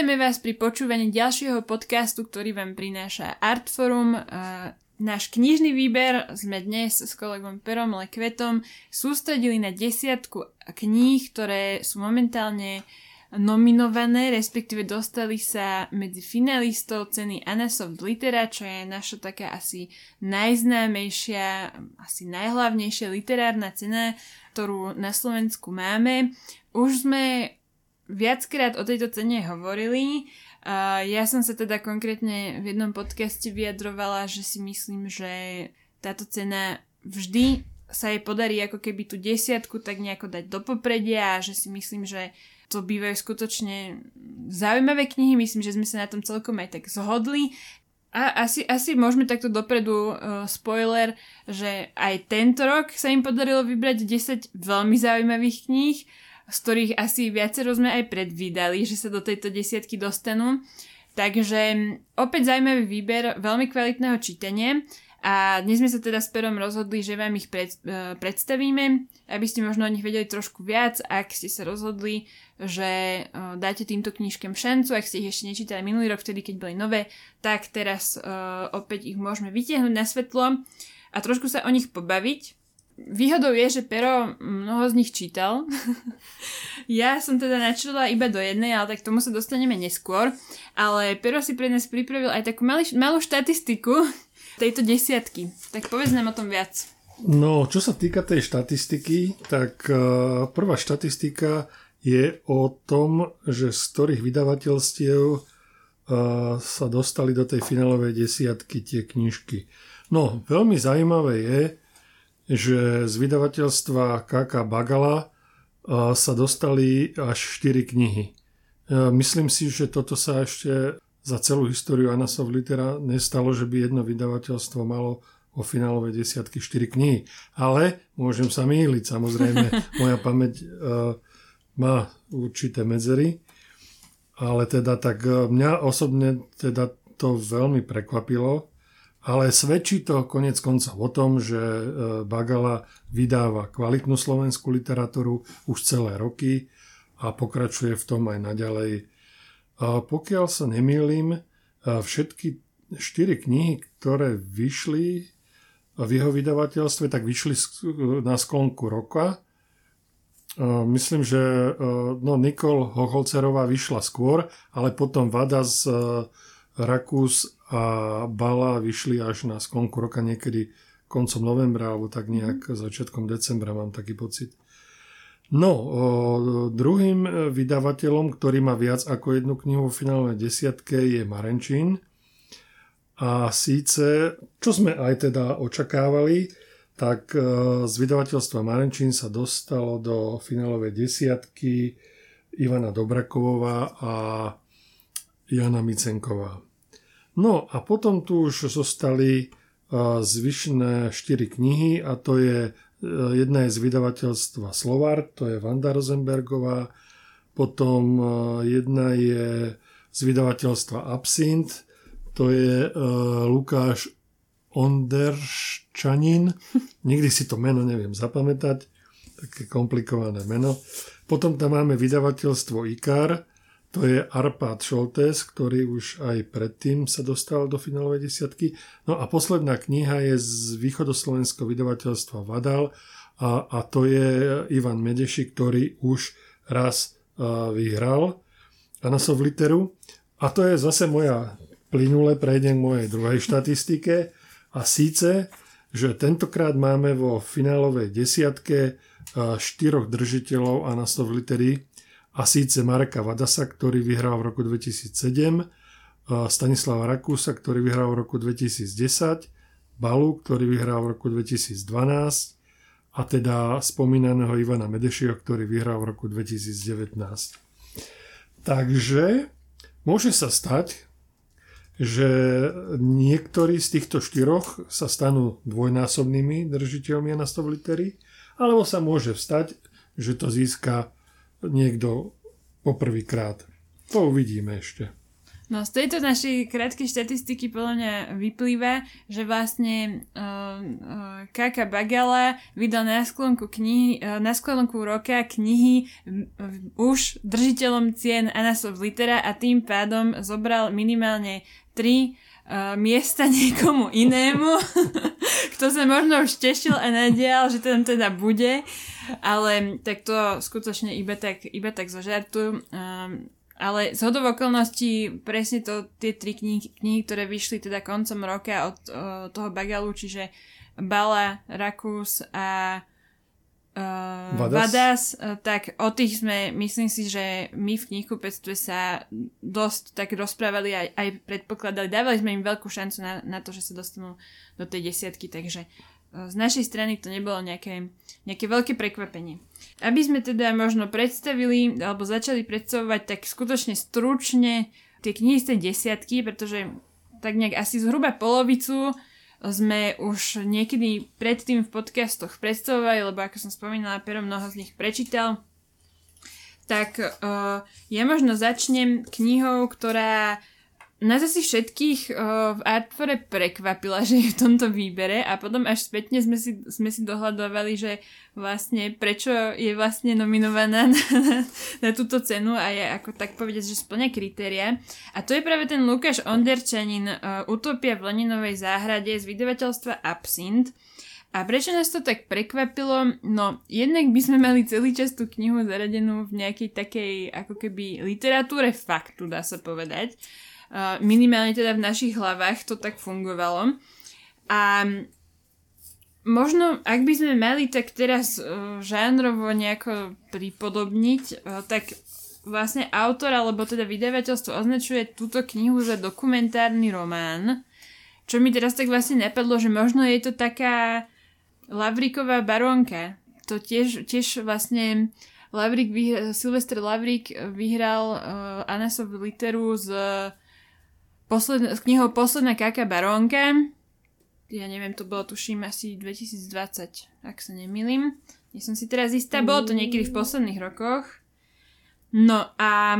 Vítame vás pri počúvaní ďalšieho podcastu, ktorý vám prináša Artforum. Náš knižný výber sme dnes s kolegom Perom Lekvetom sústredili na 10 kníh, ktoré sú momentálne nominované, respektíve dostali sa medzi finalistov ceny Anna Soft Litera, čo je naša taká asi najznámejšia, asi najhlavnejšia literárna cena, ktorú na Slovensku máme. Už sme viackrát o tejto cene hovorili. Ja som sa teda konkrétne v jednom podcaste vyjadrovala, že si myslím, že táto cena vždy sa jej podarí ako keby tú 10 tak nejako dať do popredia a že si myslím, že to bývajú skutočne zaujímavé knihy. Myslím, že sme sa na tom celkom aj tak zhodli. A asi môžeme takto dopredu spoiler, že aj tento rok sa im podarilo vybrať 10 veľmi zaujímavých kníh, z ktorých asi viacero sme aj predvídali, že sa do tejto 10 dostanú. Takže opäť zaujímavý výber veľmi kvalitného čítania a dnes sme sa teda s Perom rozhodli, že vám ich predstavíme, aby ste možno o nich vedeli trošku viac, ak ste sa rozhodli, že dáte týmto knižkám šancu, ak ste ich ešte nečítali minulý rok, vtedy keď boli nové, tak teraz opäť ich môžeme vytiahnuť na svetlo a trošku sa o nich pobaviť. Výhodou je, že Pero mnoho z nich čítal. Ja som teda načítala iba do jednej, ale tak tomu sa dostaneme neskôr. Ale Pero si pre nás pripravil aj takú malú štatistiku tejto 10. Tak povedz nám o tom viac. No, čo sa týka tej štatistiky, tak prvá štatistika je o tom, že z ktorých vydavateľstiev sa dostali do tej finálovej 10 tie knižky. No, veľmi zaujímavé je, že z vydavateľstva KK Bagala sa dostali až 4 knihy. Myslím si, že toto sa ešte za celú históriu Anna Soft Litera nestalo, že by jedno vydavateľstvo malo vo finálovej 10 4 knihy. Ale môžem sa mýliť, samozrejme, moja pamäť má určité medzery, ale teda tak mňa osobne teda to veľmi prekvapilo. Ale svedčí to konec koncov o tom, že Bagala vydáva kvalitnú slovenskú literatúru už celé roky a pokračuje v tom aj naďalej. A pokiaľ sa nemýlim, všetky 4 knihy, ktoré vyšli v jeho vydavateľstve, tak vyšli na sklonku roka. Myslím, že Nikol Hocholcerová vyšla skôr, ale potom Vada z Rakús a Bala vyšli až na sklonku roka, niekedy koncom novembra alebo tak nejak začiatkom decembra, mám taký pocit. No, druhým vydavateľom, ktorý má viac ako jednu knihu v finálovej 10 je Marenčín. A síce, čo sme aj teda očakávali, tak z vydavateľstva Marenčín sa dostalo do finálovej 10 Ivana Dobrakovová a Jana Micenková. No a potom tu už zostali zvyšné 4 knihy a to je jedna je z vydavateľstva Slovart, to je Vanda Rosenbergová, potom jedna je z vydavateľstva Absint, to je Lukáš Onderščanin, nikdy si to meno neviem zapamätať, také komplikované meno. Potom tam máme vydavateľstvo Ikar, to je Arpád Šoltés, ktorý už aj predtým sa dostal do finálovej 10. No a posledná kniha je z východoslovenského vydavateľstva Vadal a to je Ivan Medeši, ktorý už raz vyhral Anna Soft Literu. A to je zase plynule prejdem k mojej druhej štatistike a síce, že tentokrát máme vo finálovej 10 4 držiteľov Anna Soft Litery, a síce Mareka Vadasa, ktorý vyhral v roku 2007, Stanislava Rakúsa, ktorý vyhral v roku 2010, Balu, ktorý vyhral v roku 2012 a teda spomínaného Ivana Medešiho, ktorý vyhral v roku 2019. Takže môže sa stať, že niektorí z týchto 4 sa stanú dvojnásobnými držiteľmi Anna Soft Litery, alebo sa môže stať, že to získa niekto poprvýkrát. To uvidíme ešte. No z tejto našej krátkej štatistiky podľa mňa vyplýva, že vlastne Kaka Bagala vydal na sklonku roka knihy už držiteľom cien Annus of Litera a tým pádom zobral minimálne 3 miesta niekomu inému, kto sa možno už tešil a nadial, že tam teda bude, ale tak to skutočne iba tak zo žartu. Ale zhodou okolností presne tie 3 knihy, ktoré vyšli teda koncom roka od toho Bagalu, čiže Bala, Rakus a Vadas, tak o tých sme, myslím si, že my v knihkupectve sa dosť tak rozprávali aj predpokladali. Dávali sme im veľkú šancu na to, že sa dostanú do tej 10, takže z našej strany to nebolo nejaké veľké prekvapenie. Aby sme teda možno predstavili alebo začali predstavovať tak skutočne stručne tie knihy z tej 10, pretože tak nejak asi zhruba polovicu sme už niekedy predtým v podcastoch predstavovali, lebo ako som spomínala, Pero mnoho z nich prečítal. Tak ja možno začnem knihou, ktorá nás asi všetkých v Artfore prekvapila, že je v tomto výbere a potom až spätne sme si dohľadovali, že vlastne prečo je vlastne nominovaná na túto cenu a je ako tak povedať, že spĺňa kritéria. A to je práve ten Lukáš Onderčanin Utopia v Leninovej záhrade z vydavateľstva Absint. A prečo nás to tak prekvapilo? No, jednak by sme mali celý čas tú knihu zaradenú v nejakej takej ako keby literatúre faktu, dá sa povedať. Minimálne teda v našich hlavách to tak fungovalo. A možno, ak by sme mali tak teraz žánrovo nejako pripodobniť, tak vlastne autor, alebo teda vydavateľstvo označuje túto knihu za dokumentárny román, čo mi teraz tak vlastne napadlo, že možno je to taká Lavríková barónka. To tiež vlastne Silvester Lavrík vyhral Annus of Literu s knihou Posledná Kaka barónka. Ja neviem, to bolo tuším asi 2020, ak sa nemýlim. Nie som si teraz istá, bolo to niekedy v posledných rokoch. No a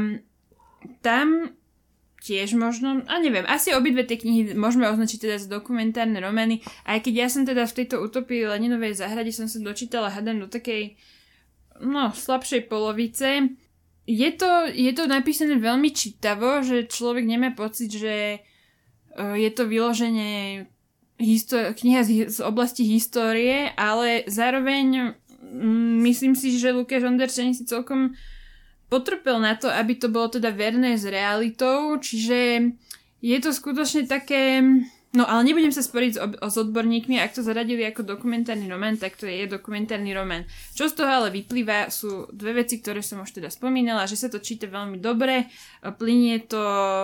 tam tiež možno, a neviem, asi obidve tie knihy môžeme označiť teda za dokumentárne romány, aj keď ja som teda v tejto Utopii Leninovej záhrade som sa dočítala, hádam, do takej slabšej polovice. Je to napísané veľmi čítavo, že človek nemá pocit, že je to vyloženie kniha z oblasti histórie, ale zároveň myslím si, že Lukáš Onderčanin si celkom potrpel na to, aby to bolo teda verné s realitou, čiže je to skutočne také. No ale nebudem sa sporiť s odborníkmi, ak to zaradili ako dokumentárny román, tak to je dokumentárny román. Čo z toho ale vyplýva, sú dve veci, ktoré som už teda spomínala, že sa to číta veľmi dobre, plynie to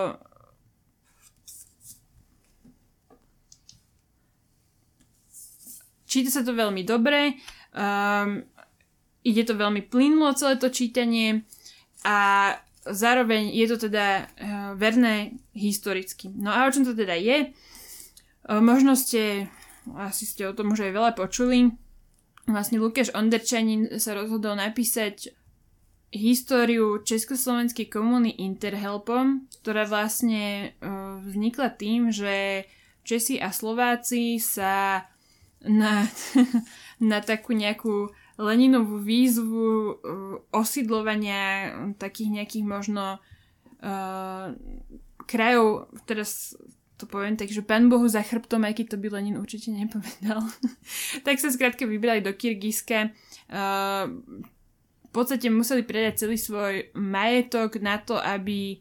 číta sa to veľmi dobre, ide to veľmi plynulo celé to čítanie a zároveň je to teda verné historicky. No a o čom to teda je? Možno asi ste o tom už aj veľa počuli. Vlastne Lukáš Onderčanin sa rozhodol napísať históriu československej komuny Interhelpom, ktorá vlastne vznikla tým, že Česi a Slováci sa na takú nejakú Leninovú výzvu osídlovania takých nejakých možno krajov, teraz to poviem tak, že pán Bohu za chrbtom, aj keď to by Lenin určite nepovedal, tak sa skrátka vybrali do Kyrgyzska. V podstate museli predať celý svoj majetok na to, aby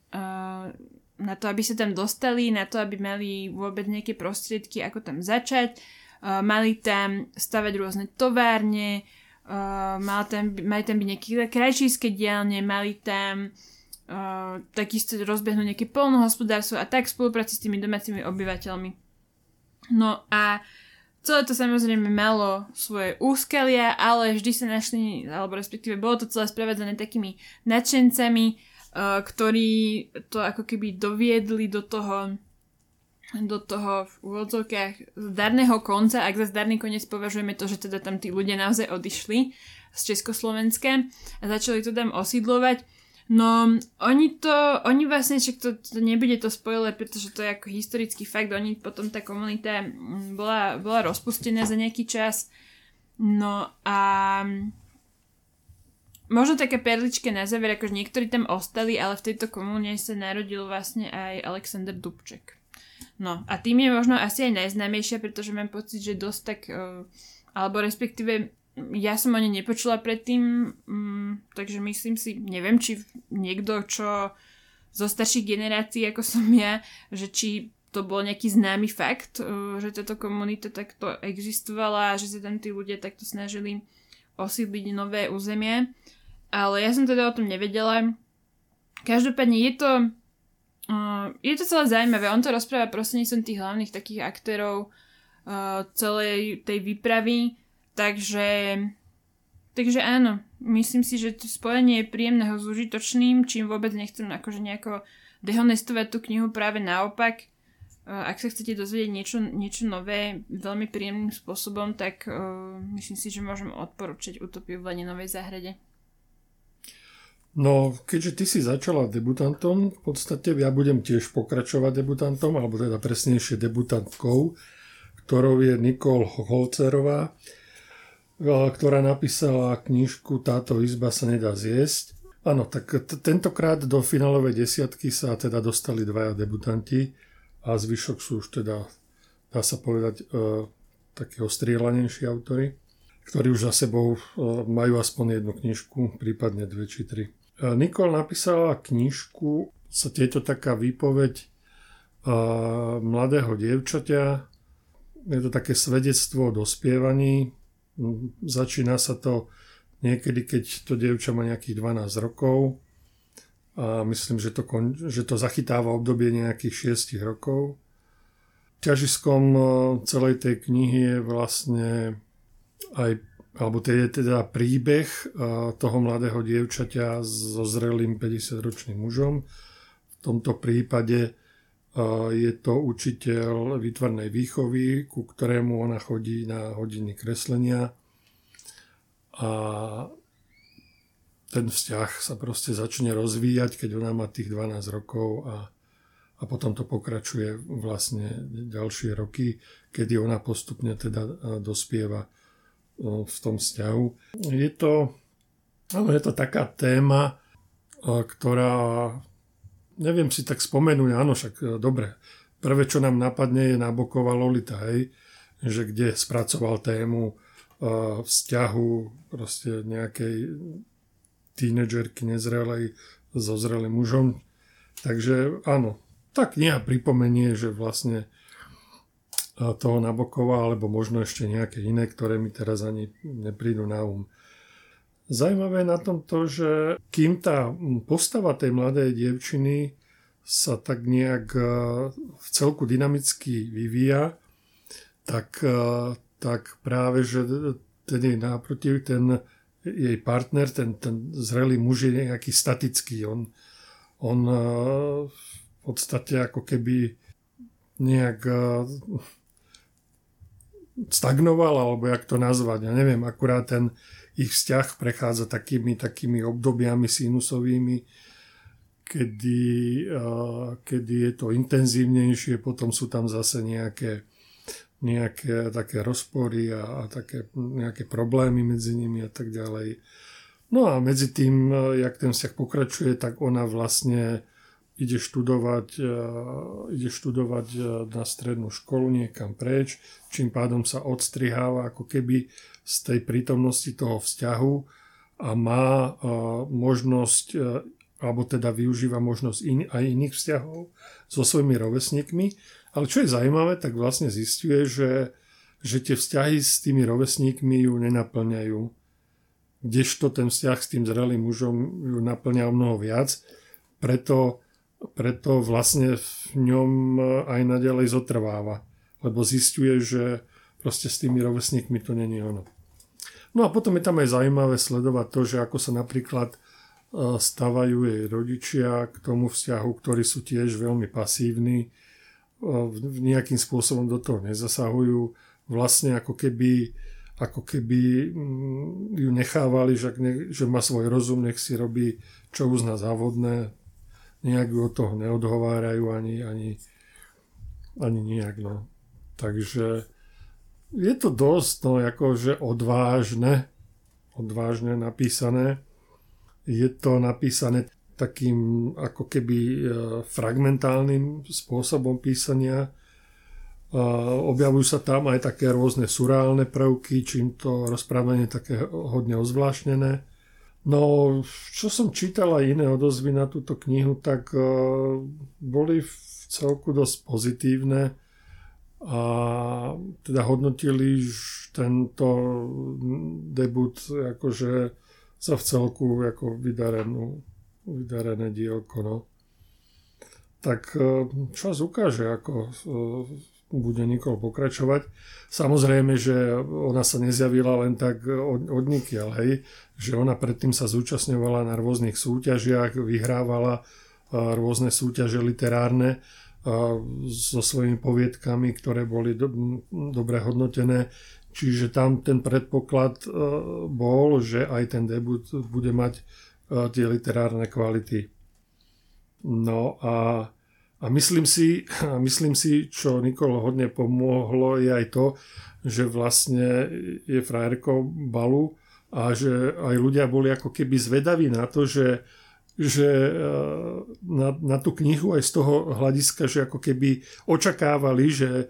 sa tam dostali, na to, aby mali vôbec nejaké prostriedky, ako tam začať. Mali tam stavať rôzne továrne, mali tam byť nejaké krajčíske dielne, mali tam takisto rozbehnúť nejaké poľnohospodárstvo a tak v spolupráci s tými domácimi obyvateľmi. No a celé to samozrejme malo svoje úskalia, ale vždy sa našli, alebo respektíve bolo to celé sprevádzané takými nadšencami, ktorí to ako keby doviedli do toho v úvodzovkách zdarného konca, ak za zdarný koniec považujeme to, že teda tam tí ľudia naozaj odišli z Československa a začali to tam osídlovať. No, oni vlastne, však to nebude to spoiler, pretože to je ako historický fakt, oni potom tá komunita bola rozpustená za nejaký čas. No a možno také perličke na záver, akože niektorí tam ostali, ale v tejto komúne sa narodil vlastne aj Alexander Dubček. No a tým je možno asi aj najznámejšia, pretože mám pocit, že dosť tak, alebo respektíve ja som o nej nepočula predtým, takže myslím si, neviem, či niekto, čo zo starších generácií, ako som ja, že či to bol nejaký známy fakt, že táto komunita takto existovala a že sa tam tí ľudia takto snažili osídliť nové územie. Ale ja som teda o tom nevedela. Každopádne je to celé zaujímavé. On to rozpráva prostredníctvom tých hlavných takých aktérov celej tej výpravy. Takže áno, myslím si, že to spojenie je príjemného s užitočným, čím vôbec nechcem akože nejako dehonestovať tú knihu, práve naopak. Ak sa chcete dozvedieť niečo nové veľmi príjemným spôsobom, tak myslím si, že môžem odporúčať Utopiu v Leninovej záhrade. No, keďže ty si začala debutantom, v podstate ja budem tiež pokračovať debutantom, alebo teda presnejšie debutantkou, ktorou je Nicole Holcerová, ktorá napísala knižku Táto izba sa nedá zjesť. Áno, tak tentokrát do finálovej desiatky sa teda dostali 2 debutanti a zvyšok sú už teda, dá sa povedať, takí ostrieľanejší autori, ktorí už za sebou majú aspoň jednu knižku, prípadne 2 či 3. Nicole napísala knižku, je to taká výpoveď mladého dievčaťa, je to také svedectvo o dospievaní. Začína sa to niekedy, keď to dievča má nejakých 12 rokov a myslím, že to zachytáva obdobie nejakých 6 rokov. Ťažiskom celej tej knihy je vlastne aj, alebo to je teda príbeh toho mladého dievčaťa so zrelým 50-ročným mužom. V tomto prípade je to učiteľ výtvarnej výchovy, ku ktorému ona chodí na hodiny kreslenia a ten vzťah sa proste začne rozvíjať, keď ona má tých 12 rokov a potom to pokračuje vlastne ďalšie roky, kedy ona postupne teda dospieva v tom vzťahu. Je to taká téma, ktorá neviem si tak spomenúť, áno, však dobre. Prvé, čo nám napadne, je Naboková Lolita, hej, že kde spracoval tému vzťahu proste nejakej tínedžerky nezrelej so zrelým mužom. Takže áno, tá kniha pripomenie, že vlastne toho Nabokova, alebo možno ešte nejaké iné, ktoré mi teraz ani neprídu na Zajímavé je na tom to, že kým tá postava tej mladej dievčiny sa tak nejak v celku dynamicky vyvíja, tak práve, že ten jej náprotiv, ten jej partner, ten zrelý muž je nejaký statický. On v podstate ako keby nejak stagnoval, alebo jak to nazvať, ja neviem, akurát ten ich vzťah prechádza takými obdobiami sinusovými, kedy je to intenzívnejšie, potom sú tam zase nejaké také rozpory a také nejaké problémy medzi nimi a tak ďalej. No a medzi tým, jak ten vzťah pokračuje, tak ona vlastne ide študovať na strednú školu niekam preč, čím pádom sa odstriháva ako keby z tej prítomnosti toho vzťahu a má možnosť, alebo teda využíva možnosť aj iných vzťahov so svojimi rovesníkmi. Ale čo je zaujímavé, tak vlastne zisťuje, že tie vzťahy s tými rovesníkmi ju nenaplňajú. Kdežto ten vzťah s tým zrelým mužom ju naplňa o mnoho viac. Preto vlastne v ňom aj naďalej zotrváva. Lebo zisťuje, že proste s tými rovesníkmi to není ono. No a potom je tam aj zaujímavé sledovať to, že ako sa napríklad stavajú jej rodičia k tomu vzťahu, ktorí sú tiež veľmi pasívni, nejakým spôsobom do toho nezasahujú. Vlastne ako keby ako keby ju nechávali, že má svoj rozum, nech si robí, čo uzná za vhodné. Nejak ju od toho neodhovárajú ani nejak. No. Takže je to dosť akože odvážne napísané. Je to napísané takým ako keby fragmentálnym spôsobom písania. Objavujú sa tam aj také rôzne surreálne prvky, čím to rozprávanie je také hodne ozvláštnené. No, čo som čítal aj iné odozvy na túto knihu, tak boli v celku dosť pozitívne a teda hodnotili tento debut akože sa v celku ako vydarené dielko. No. Tak čas ukáže, ako bude Nicole pokračovať. Samozrejme, že ona sa nezjavila len tak odnikiaľ, hej, že ona predtým sa zúčastňovala na rôznych súťažiach, vyhrávala rôzne súťaže literárne so svojimi poviedkami, ktoré boli dobre hodnotené. Čiže tam ten predpoklad bol, že aj ten debut bude mať tie literárne kvality. No a myslím si, čo Nicole hodne pomohlo, je aj to, že vlastne je frajerkou balu a že aj ľudia boli ako keby zvedaví na to, že na tú knihu aj z toho hľadiska, že ako keby očakávali, že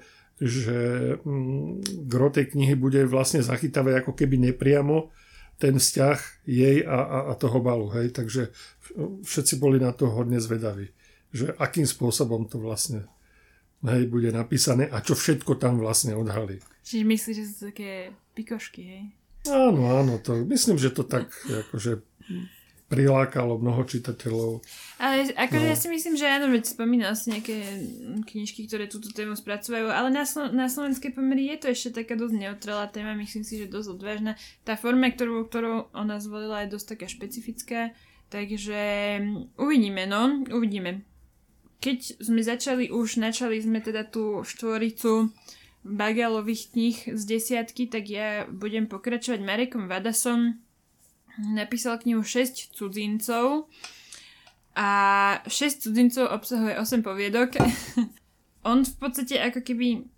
gro tej knihy bude vlastne zachytávať ako keby nepriamo ten vzťah jej a toho balu. Hej? Takže všetci boli na to hodne zvedaví, že akým spôsobom to vlastne bude napísané a čo všetko tam vlastne odhalí. Čiže myslíš, že sú také pikošky, hej? Áno, to myslím, že to tak akože prilákalo mnoho čitateľov. Ale akože ja si myslím, že áno, že spomínal si nejaké knižky, ktoré túto tému spracovajú, ale na slovenskej pomery je to ešte taká dosť neutrálna téma, myslím si, že dosť odvážna. Tá forma, ktorú ona zvolila, je dosť taká špecifická, takže uvidíme. Keď sme načali sme teda tú štvoricu Bagalových kníh z 10, tak ja budem pokračovať Marekom Vadasom. Napísal knihu 6 cudzincov a 6 cudzincov obsahuje 8 poviedok. On v podstate ako keby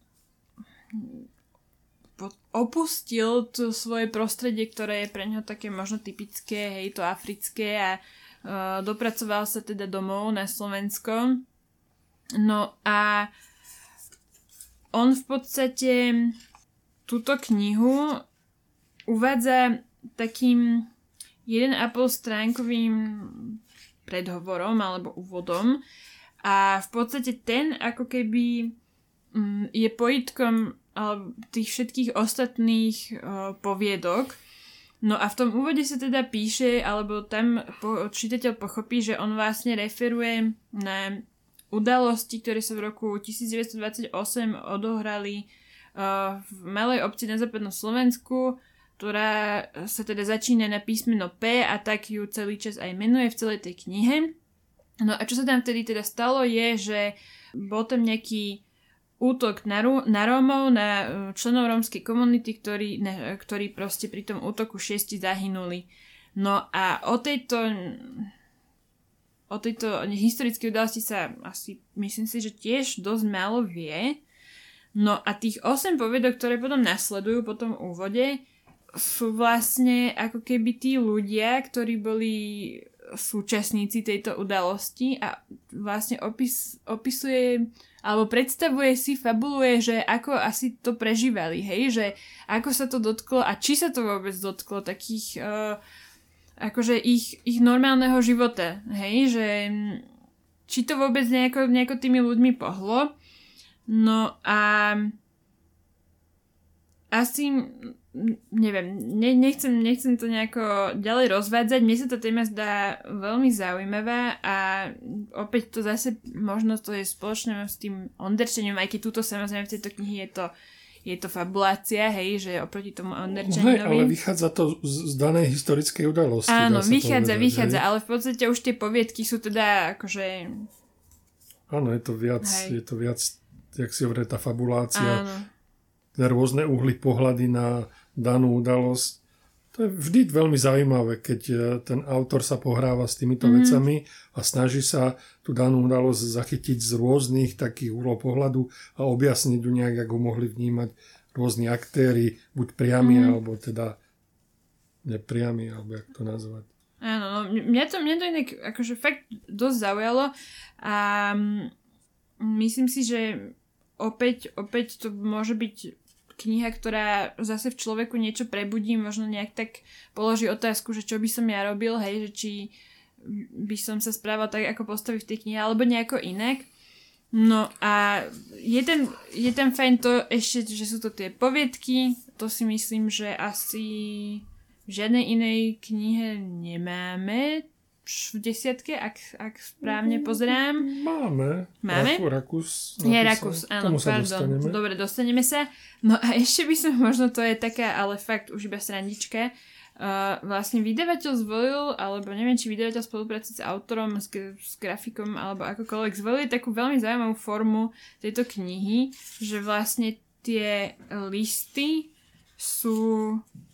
opustil to svoje prostredie, ktoré je pre neho také možno typické, hej, to africké a dopracoval sa teda domov na Slovensko. No a on v podstate túto knihu uvádza takým 1,5 stránkovým predhovorom alebo úvodom a v podstate ten ako keby je pojitkom tých všetkých ostatných poviedok. No a v tom úvode sa teda píše, alebo tam čitateľ pochopí, že on vlastne referuje na udalosti, ktoré sa v roku 1928 odohrali v malej obci na západnom Slovensku, ktorá sa teda začína na písmeno P a tak ju celý čas aj menuje v celej tej knihe. No a čo sa tam vtedy teda stalo je, že bol tam nejaký útok na Rómov, na členov rómskej komunity, ktorí proste pri tom útoku 6 zahynuli. No a o tejto historickej udalosti sa asi, myslím si, že tiež dosť málo vie. No a tých 8 poviedok, ktoré potom nasledujú po tom úvode, sú vlastne ako keby tí ľudia, ktorí boli súčasníci tejto udalosti a vlastne opisuje alebo predstavuje si, fabuluje, že ako asi to prežívali, hej, že ako sa to dotklo a či sa to vôbec dotklo takých akože ich normálneho života, hej, že či to vôbec nejako tými ľuďmi pohlo. No a asi neviem, nechcem to nejako ďalej rozvádzať. Mne sa tá téma zdá veľmi zaujímavá a opäť to zase možno to je spoločné s tým Onderčením, aj keď túto samozrejme v tejto knihy je to fabulácia, hej, že oproti tomu Onderčeninovi. No, ale vychádza to z danej historickej udalosti. Áno, vychádza, ale v podstate už tie poviedky sú teda akože... Áno, je to viac, jak si hovorí, tá fabulácia. Áno. rôzne uhly pohľady na danú udalosť. To je vždy veľmi zaujímavé, keď ten autor sa pohráva s týmito vecami a snaží sa tú danú udalosť zachytiť z rôznych takých uhlov pohľadu a objasniť ju nejak, ako mohli vnímať rôzni aktéri, buď priami, alebo teda nepriami, alebo jak to nazvať. Áno, no, mňa to inak akože fakt dosť zaujalo a myslím si, že opäť to môže byť kniha, ktorá zase v človeku niečo prebudí, možno nejak tak položí otázku, že čo by som ja robil, hej, že či by som sa správal tak, ako postaví v tej knihe, alebo nejako inak. No a je ten fajn to ešte, že sú to tie poviedky, to si myslím, že asi v žiadnej inej knihe nemáme v 10, ak správne pozerám. Máme. Rakus. Je Rakus, áno, pardon. Dobre, dostaneme sa. No a ešte by som, možno to je taká, ale fakt už iba srandička. Vlastne vydavateľ zvolil, alebo neviem, či vydavateľ spolupracuje s autorom, s grafikom, alebo akokoľvek, zvolil takú veľmi zaujímavú formu tejto knihy, že vlastne tie listy sú...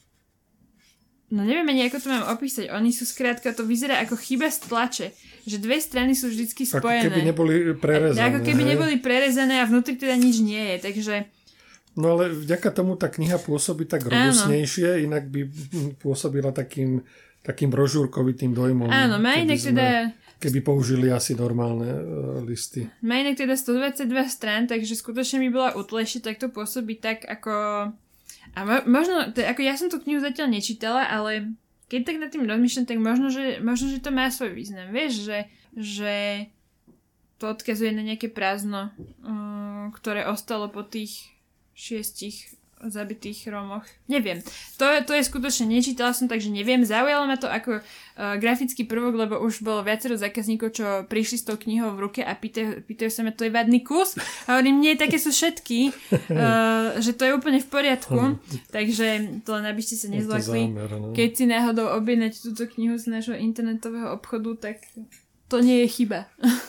No neviem ani, ako to mám opísať. Oni sú skrátka, to vyzerá ako chyba z tlače. Že dve strany sú vždycky spojené. Ako keby neboli prerezané. Ako keby neboli prerezané a vnútri teda nič nie je. Takže... No ale vďaka tomu tá kniha pôsobí tak robustnejšie, inak by pôsobila takým brožúrkovitým dojmom. Áno, má inak teda... Keby použili asi normálne listy. Má inak teda 122 strán, takže skutočne by bola utlejšie, tak to pôsobí tak ako... A možno, ako ja som tú knihu zatiaľ nečítala, ale keď tak nad tým rozmýšľam, tak možno, že to má svoj význam. Vieš, že to odkazuje na nejaké prázdno, ktoré ostalo po tých 6 zabitých Rómoch. Neviem. To je skutočne, nečítala som, takže neviem. Zaujalo ma to ako grafický prvok, lebo už bolo viacero zákazníkov, čo prišli s tou knihou v ruke a pýtajú sa ma, to je vadný kus? A hovorím, nie, také sú všetky, že to je úplne v poriadku. Takže to len aby ste sa nezlakli. Keď si náhodou objednáte túto knihu z nášho internetového obchodu, tak to nie je chyba.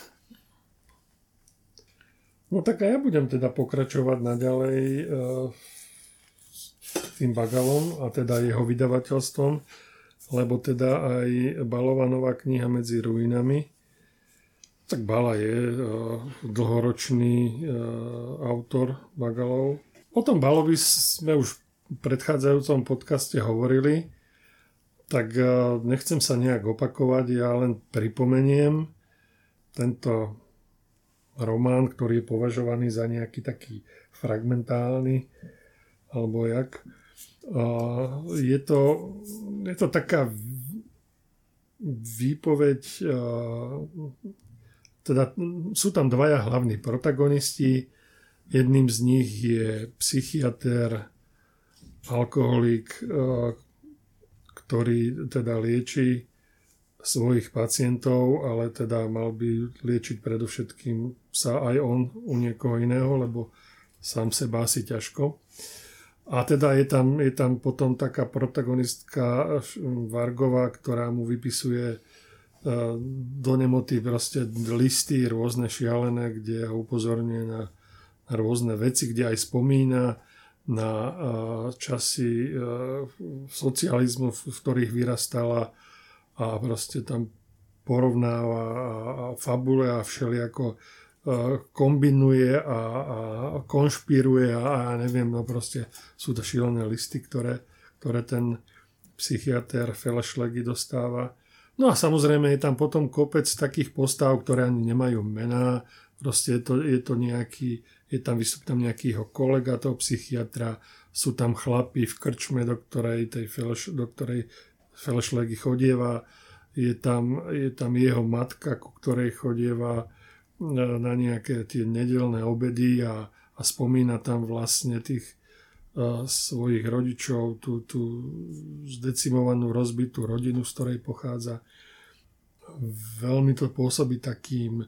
No tak a ja budem teda pokračovať naďalej tým Bagalom a teda jeho vydavateľstvom, lebo teda aj Balovanová kniha Medzi ruinami. Tak Bala je dlhoročný autor Bagalov. O tom Balovi sme už v predchádzajúcom podcaste hovorili, tak nechcem sa nejak opakovať, ja len pripomeniem tento román, ktorý je považovaný za nejaký taký fragmentálny, alebo jak. Je to taká výpoveď, teda sú tam dvaja hlavní protagonisti, jedným z nich je psychiater, alkoholik, ktorý teda lieči svojich pacientov, ale teda mal by liečiť predovšetkým sa aj on u niekoho iného, lebo sám seba asi ťažko. A teda je tam potom taká protagonistka Vargová, ktorá mu vypisuje do nemoty proste listy rôzne šialené, kde ho upozorňuje na rôzne veci, kde aj spomína na časy socializmu, v ktorých vyrastala, a proste tam porovnáva a fabule a všelijako kombinuje a konšpiruje a neviem, no proste sú to šílené listy, ktoré ten psychiater Felešlegy dostáva. No a samozrejme je tam potom kopec takých postav, ktoré ani nemajú mená, proste je tam nejaký jeho kolega toho psychiatra, sú tam chlapi v krčme, do ktorej Felešlegy chodieva, je tam jeho matka, ku ktorej chodieva na nejaké tie nedeľné obedy a spomína tam vlastne tých svojich rodičov, tú zdecimovanú, rozbitú rodinu, z ktorej pochádza. Veľmi to pôsobí takým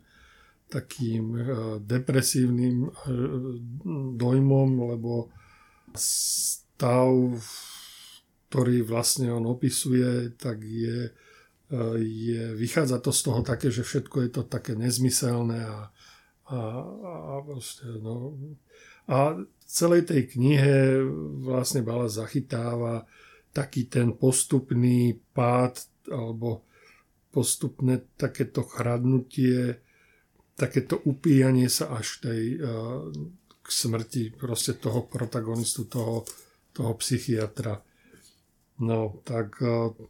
depresívnym dojmom, lebo stav, ktorý vlastne on opisuje, tak vychádza to z toho také, že všetko je to také nezmyselné a proste, no. A v celej tej knihe vlastne Bala zachytáva taký ten postupný pád alebo postupné takéto chradnutie, takéto upíjanie sa až k smrti proste toho protagonistu, toho psychiatra. No, tak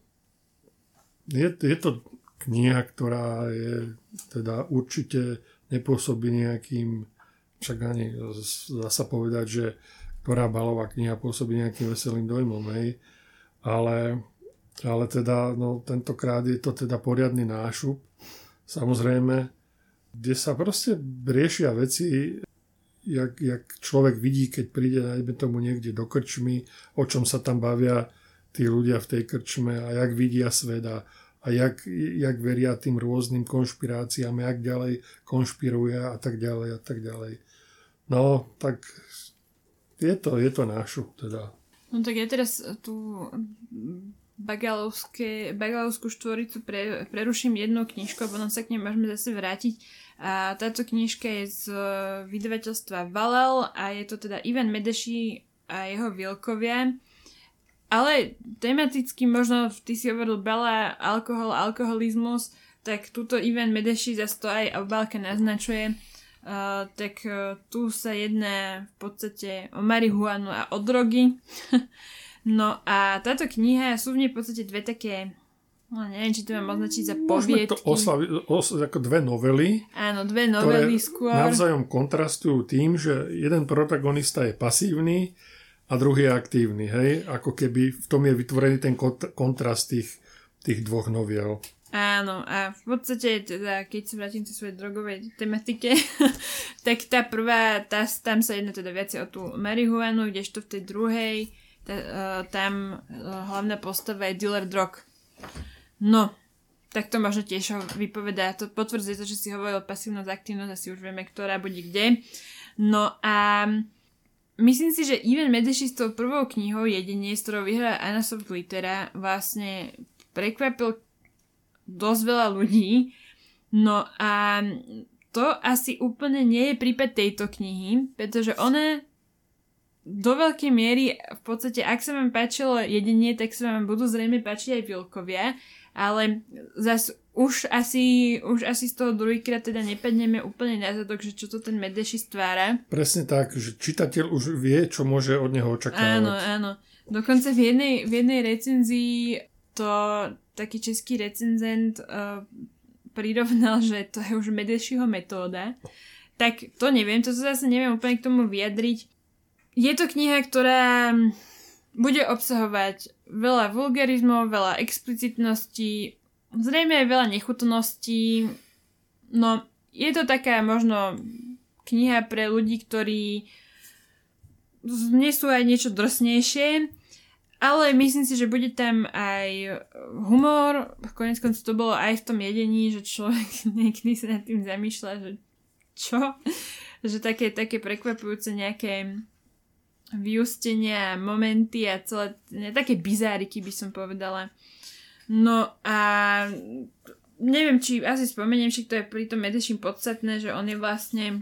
je to kniha, ktorá je teda určite nepôsobí nejakým, však ani dá sa povedať, že ktorá Balová kniha pôsobí nejakým veselým dojmom, hej. Ale teda, no, tentokrát je to teda poriadny nášup, samozrejme, kde sa proste riešia veci, jak človek vidí, keď príde, najmä tomu niekde do krčmy, o čom sa tam bavia tí ľudia v tej krčme a jak vidia svet a jak veria tým rôznym konšpiráciám, jak ďalej konšpiruje a tak ďalej a tak ďalej. No, tak je to nášup teda. No tak ja teraz tú Bagalovskú štvoricu preruším jednou knižkou, potom sa k nej môžeme zase vrátiť. A táto knižka je z vydavateľstva Valel a je to teda Ivan Medeši a jeho Vilkovia. Ale tematicky možno, ty si hovoril Bela, alkohol, alkoholizmus, tak túto Ivan Medeši zase to aj obálka naznačuje. Tak tu sa jedná v podstate o marihuanu a o drogy. No a táto kniha sú v nej v podstate dve také, no neviem, či to mám označiť za poviedky. Môžeme to ako dve novely. Áno, dve novely skôr. Navzájom kontrastujú tým, že jeden protagonista je pasívny a druhý je aktívny, hej? Ako keby v tom je vytvorený ten kontrast tých dvoch noviel. Áno, a v podstate, teda, keď sa vrátim k svojej drogovej tematike, tak tá prvá, tam sa jedná teda viacej o tú marihuanu, kdežto v tej druhej, tam hlavná postava je dealer drog. No, tak to možno tiež vypovedá, to potvrdzuje to, že si hovoril pasívnosť, aktívnosť, asi už vieme, ktorá bude kde. No a myslím si, že Ivan Medeši s tou prvou knihou Jedenie, s ktorou vyhrala Anna Soft Litera, vlastne prekvapil dosť veľa ľudí. No a to asi úplne nie je prípad tejto knihy, pretože ona do veľkej miery v podstate, ak sa vám páčilo Jedenie, tak sa vám budú zrejme páčiť aj Vilkovia, ale zas už asi z toho druhýkrát teda nepadneme úplne na zadok, že čo to ten Medeši stvára. Presne tak, že čitateľ už vie, čo môže od neho očakávať. Áno. Dokonca v jednej recenzii to taký český recenzent prirovnal, že to je už Medešiho metóda. Tak to neviem, to sa zase neviem úplne k tomu vyjadriť. Je to kniha, ktorá bude obsahovať veľa vulgarizmov, veľa explicitností, zrejme aj veľa nechutností. No, je to taká možno kniha pre ľudí, ktorí nesú aj niečo drsnejšie, ale myslím si, že bude tam aj humor. Koniec koncov to bolo aj v tom Jedení, že človek niekedy sa nad tým zamýšľa, že čo? Že také prekvapujúce nejaké vyústenia, momenty a celé také bizáriky by som povedala. No a neviem, či asi spomeniem, či to je pri tom Medeším podstatné, že on je vlastne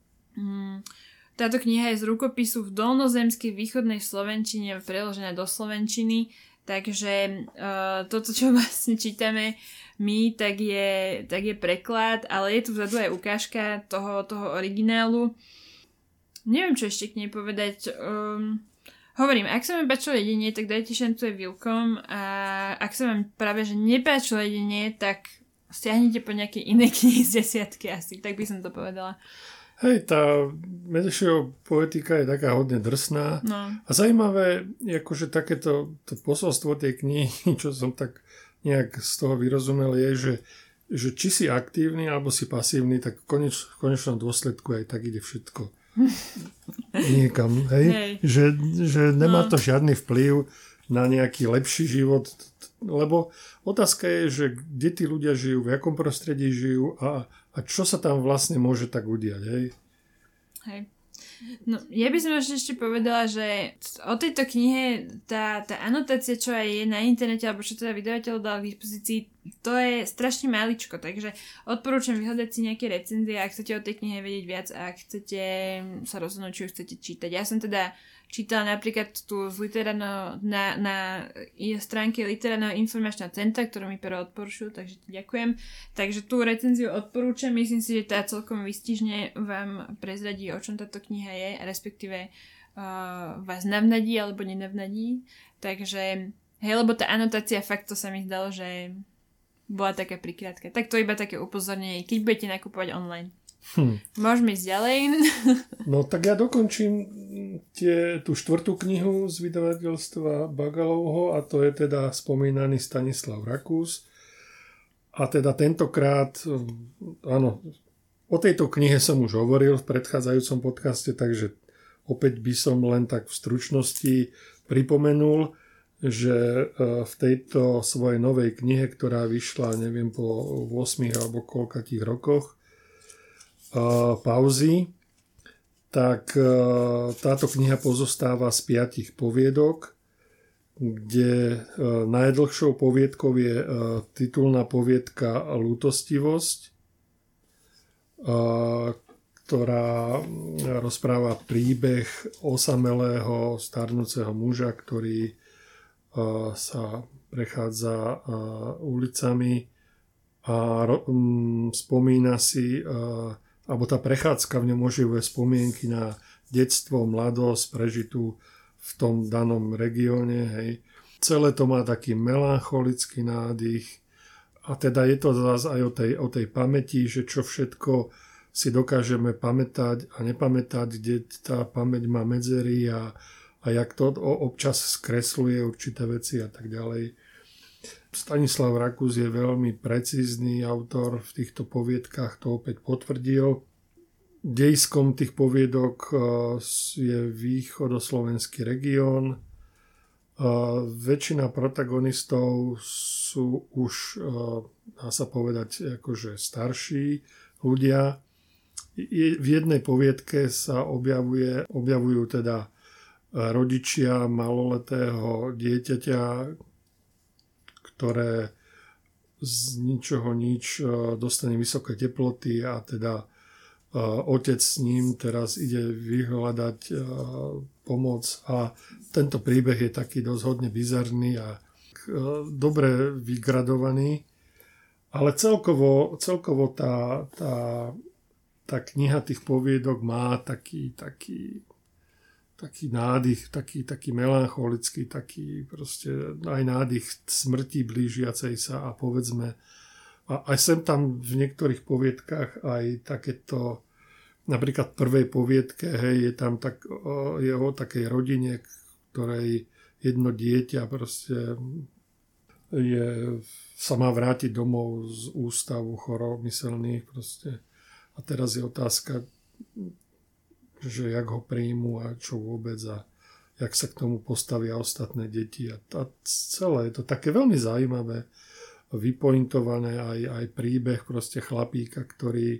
táto kniha je z rukopisu v dolnozemskej východnej slovenčine preložená do slovenčiny, takže toto, čo vlastne čítame my, tak je preklad, ale je tu vzadu aj ukážka toho originálu. Neviem, čo ešte k nej povedať. Hovorím, ak sa vám páčilo Jedenie, tak dajte šancu aj Vilkom a ak sa vám práve že nepáčilo Jedenie, tak stiahnite po nejakej inej knihy z desiatky asi, tak by som to povedala. Hej, tá Medešiho poetika je taká hodne drsná. No. A zaujímavé, akože takéto to posolstvo tej knihy, čo som tak nejak z toho vyrozumel, je, že či si aktívny alebo si pasívny, tak v konečnom dôsledku aj tak ide všetko niekam. Hej? Že nemá to žiadny vplyv na nejaký lepší život, lebo otázka je, že kde tí ľudia žijú, v akom prostredí žijú a čo sa tam vlastne môže tak udiať. Hej? No, ja by som ešte povedala, že o tejto knihe tá anotácia, čo aj je na internete, alebo čo teda vydavateľ dal k dispozícii, to je strašne maličko, takže odporúčam vyhľadať si nejaké recenzie, ak chcete o tej knihe vedieť viac a ak chcete sa rozhodnúť, čo chcete čítať. Ja som teda čítala napríklad tu z na stránke Literárneho informačného centra, ktorú mi Pero odporúčil, takže ďakujem. Takže tú recenziu odporúčam, myslím si, že tá celkom výstižne vám prezradí, o čom táto kniha je, respektíve vás navnadí alebo nenavnadí. Takže, hej, lebo tá anotácia, fakt to sa mi zdalo, že bola taká prikrátka. Tak to iba také upozornenie, keď budete nakupovať online. Môžeme ísť ďalej. No tak ja dokončím tú 4. knihu z vydavateľstva Bagalovho a to je teda spomínaný Stanislav Rakús. A teda tentokrát, áno, o tejto knihe som už hovoril v predchádzajúcom podcaste, takže opäť by som len tak v stručnosti pripomenul, že v tejto svojej novej knihe, ktorá vyšla, neviem, po 8 alebo koľkatých rokoch pauzy, tak táto kniha pozostáva z 5 poviedok, kde najdlhšou poviedkou je titulná poviedka Lútostivosť, ktorá rozpráva príbeh osamelého starnúceho muža, ktorý sa prechádza ulicami a spomína si, alebo tá prechádzka v ňom oživuje spomienky na detstvo, mladosť prežitú v tom danom regióne. Hej. Celé to má taký melancholický nádych a teda je to zase aj o tej pamäti, že čo všetko si dokážeme pamätať a nepamätať, kde tá pamäť má medzery a jak to občas skresluje určité veci a tak ďalej. Stanislav Rakús je veľmi precízny autor, v týchto poviedkach to opäť potvrdil. Dejiskom tých poviedok je východoslovenský región. Väčšina protagonistov sú už, dá sa povedať, akože starší ľudia. V jednej poviedke sa objavujú teda rodičia maloletého dieťaťa, ktoré z ničoho nič dostane vysoké teploty a teda otec s ním teraz ide vyhľadať pomoc a tento príbeh je taký dosť hodne bizarný a dobre vygradovaný, ale celkovo tá kniha tých poviedok má taký nádych, taký melancholický, taký proste aj nádych smrti blížiacej sa a povedzme, a aj sem tam v niektorých poviedkach aj takéto, napríklad v prvej poviedke, hej, je tam je o takej rodine, ktorej jedno dieťa proste sa má vrátiť domov z ústavu choromyselných proste. A teraz je otázka, že jak ho príjmu a čo vôbec a jak sa k tomu postavia ostatné deti. A celé je to také veľmi zaujímavé, vypointované aj príbeh proste chlapíka, ktorý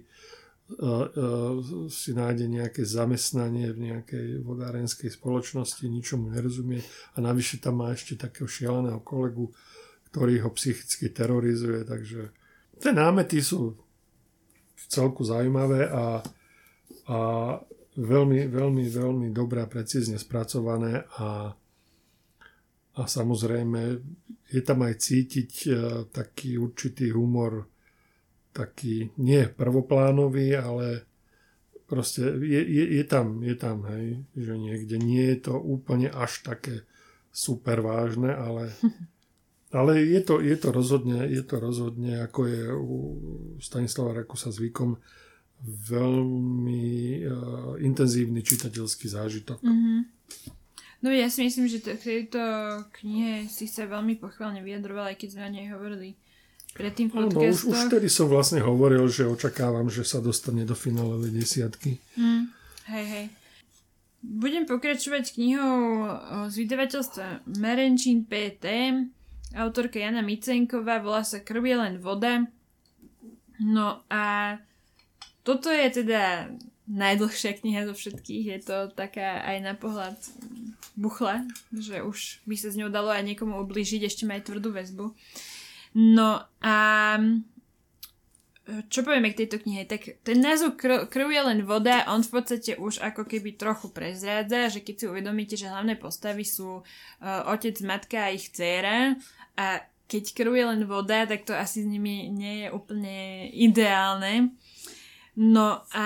si nájde nejaké zamestnanie v nejakej vodárenskej spoločnosti, ničomu nerozumie a navyše tam má ešte takého šialeného kolegu, ktorý ho psychicky terorizuje. Takže tie námety sú v celku zaujímavé a veľmi, veľmi, veľmi dobré a precízne spracované a samozrejme je tam aj cítiť taký určitý humor, taký nie prvoplánový, ale proste je tam, hej, že niekde nie je to úplne až také super vážne, ale je to rozhodne, ako je u Stanislava Rakúsa zvykom, veľmi intenzívny čitateľský zážitok. Mm-hmm. No ja si myslím, že k tejto knihe si sa veľmi pochválne vyjadrovala, aj keď sme o nej hovorili predtým v podcastoch. Už vtedy som vlastne hovoril, že očakávam, že sa dostane do finálovej 10. Hej. Budem pokračovať knihou z vydavateľstva Merenčín PT, autorka Jana Micenková, volá sa Krv je len voda. No a toto je teda najdlhšia kniha zo všetkých. Je to taká aj na pohľad buchla, že už by sa s ňou dalo aj niekomu ublížiť, ešte má aj tvrdú väzbu. No a čo povieme k tejto knihe? Tak ten názov Krv je len voda, on v podstate už ako keby trochu prezrádza, že keď si uvedomíte, že hlavné postavy sú otec, matka a ich dcéra a keď krv je len voda, tak to asi s nimi nie je úplne ideálne. No a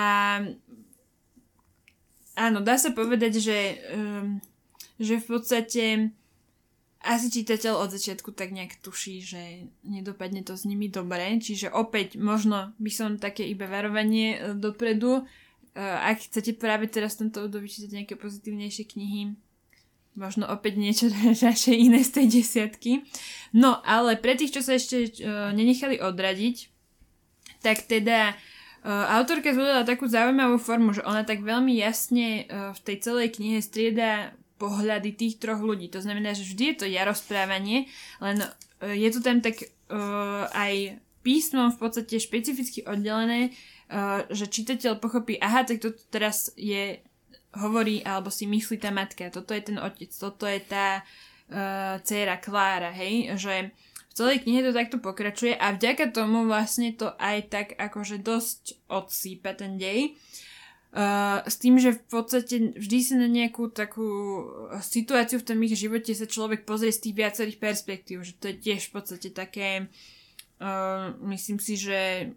áno, dá sa povedať, že v podstate asi čitateľ od začiatku tak nejak tuší, že nedopadne to s nimi dobre, čiže opäť možno by som také iba varovanie dopredu. Ak chcete práve teraz v tomto období čítať nejaké pozitívnejšie knihy, možno opäť niečo radšej iné z tej desiatky. No, ale pre tých, čo sa ešte nenechali odradiť, tak teda autorka zvolila takú zaujímavú formu, že ona tak veľmi jasne v tej celej knihe strieda pohľady tých troch ľudí. To znamená, že vždy je to ja rozprávanie, len je to tam tak aj písmom v podstate špecificky oddelené, že čitateľ pochopí, aha, tak toto teraz hovorí alebo si myslí tá matka, toto je ten otec, toto je tá dcéra Klára, hej, že v celej knihe to takto pokračuje a vďaka tomu vlastne to aj tak akože dosť odsýpa ten dej. S tým, že v podstate vždy sa na nejakú takú situáciu v tom ich živote sa človek pozrie z tých viacerých perspektív, že to je tiež v podstate také myslím si, že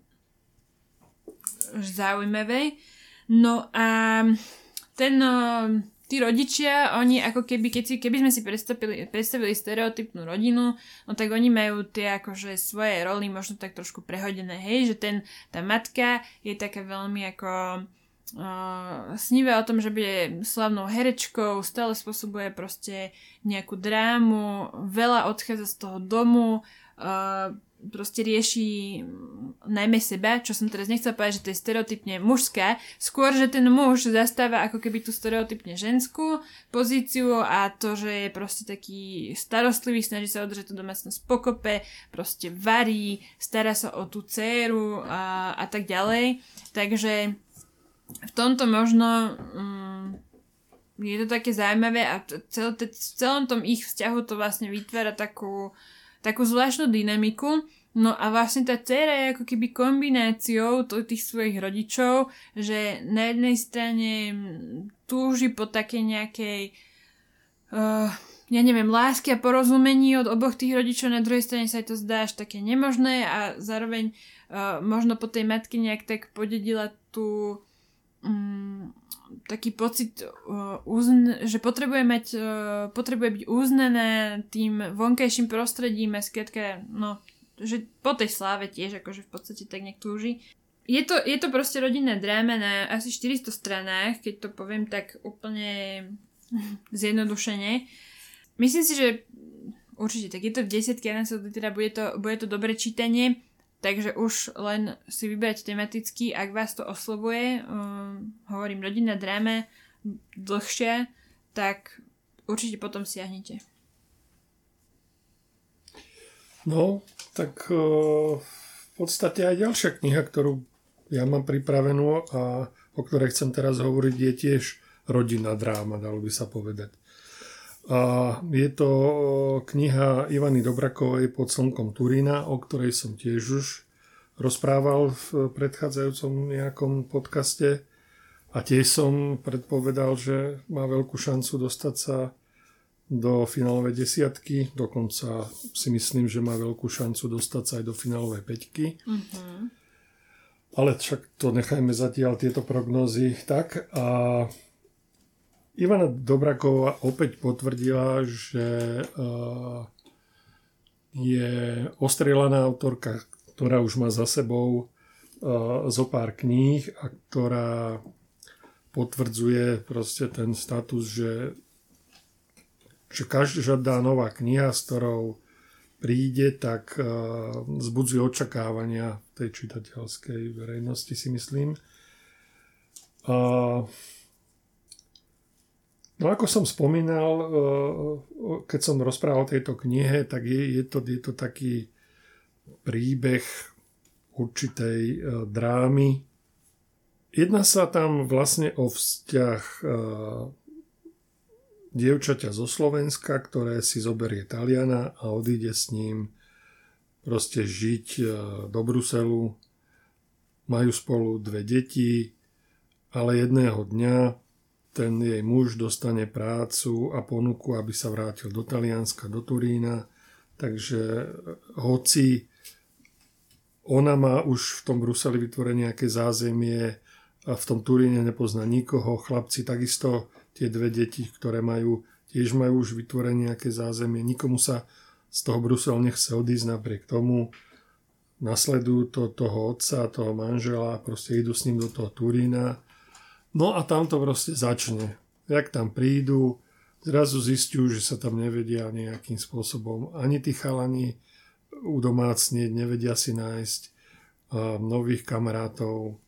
zaujímavé. No a tí rodičia, oni ako keby, keby sme si predstavili stereotypnú rodinu, no tak oni majú tie akože svoje roly možno tak trošku prehodené, hej, že tá matka je taká veľmi ako sníva o tom, že bude slavnou herečkou, stále spôsobuje proste nejakú drámu, veľa odchádza z toho domu, proste rieši najmä seba, čo som teraz nechcela povedať, že to je stereotypne mužská, skôr, že ten muž zastáva ako keby tú stereotypne ženskú pozíciu a to, že je proste taký starostlivý, snaží sa udržať tú domácnosť pokope, proste varí, stará sa o tú dcéru a tak ďalej. Takže v tomto možno je to také zaujímavé a v celom tom ich vzťahu to vlastne vytvára takú zvláštnu dynamiku. No a vlastne tá dcéra je ako keby kombináciou tých svojich rodičov, že na jednej strane túži po takej nejakej lásky a porozumení od oboch tých rodičov, na druhej strane sa to zdá až také nemožné a zároveň možno po tej matke nejak tak podedila tú taký pocit, že potrebuje byť uznaná tým vonkajším prostredím a skrátka, no, že po tej sláve tiež akože v podstate tak nejak túži. Je to proste rodinná dráma na asi 400 stranách, keď to poviem tak úplne zjednodušene. Myslím si, že určite tak je to v 10, teda bude to dobré čítanie. Takže už len si vybrať tematicky, ak vás to oslovuje, hovorím rodinná dráma, dlhšia, tak určite potom siahnite. No, tak v podstate aj ďalšia kniha, ktorú ja mám pripravenú a o ktorej chcem teraz hovoriť, je tiež rodinná dráma, dalo by sa povedať. A je to kniha Ivany Dobrakovej Pod slnkom Turína, o ktorej som tiež už rozprával v predchádzajúcom nejakom podcaste a tiež som predpovedal, že má veľkú šancu dostať sa do finálovej desiatky, dokonca si myslím, že má veľkú šancu dostať sa aj do finálovej päťky. Mm-hmm. Ale však to nechajme zatiaľ tieto prognózy tak. A Ivana Dobraková opäť potvrdila, že je ostrieľaná autorka, ktorá už má za sebou zo pár kníh a ktorá potvrdzuje proste ten status, že každá nová kniha, s ktorou príde, tak vzbudzuje očakávania tej čitateľskej verejnosti, si myslím. No ako som spomínal, keď som rozprával o tejto knihe, tak je to taký príbeh určitej drámy, Jedná sa tam vlastne o vzťah dievčaťa zo Slovenska, ktoré si zoberie Taliana a odíde s ním proste žiť do Bruselu. Majú spolu 2 deti, ale jedného dňa ten jej muž dostane prácu a ponuku, aby sa vrátil do Talianska, do Turína. Takže hoci ona má už v tom Bruseli vytvorené nejaké zázemie a v tom Turíne nepozná nikoho. Chlapci takisto, tie 2 deti, ktoré tiež majú už vytvorené nejaké zázemie. Nikomu sa z toho Bruselu nechce odísť, napriek tomu nasledujú toho otca, toho manžela, proste idú s ním do toho Turína. No a tam to proste začne. Jak tam prídu, zrazu zistiu, že sa tam nevedia nejakým spôsobom ani tí chalani udomácniť, nevedia si nájsť nových kamarátov.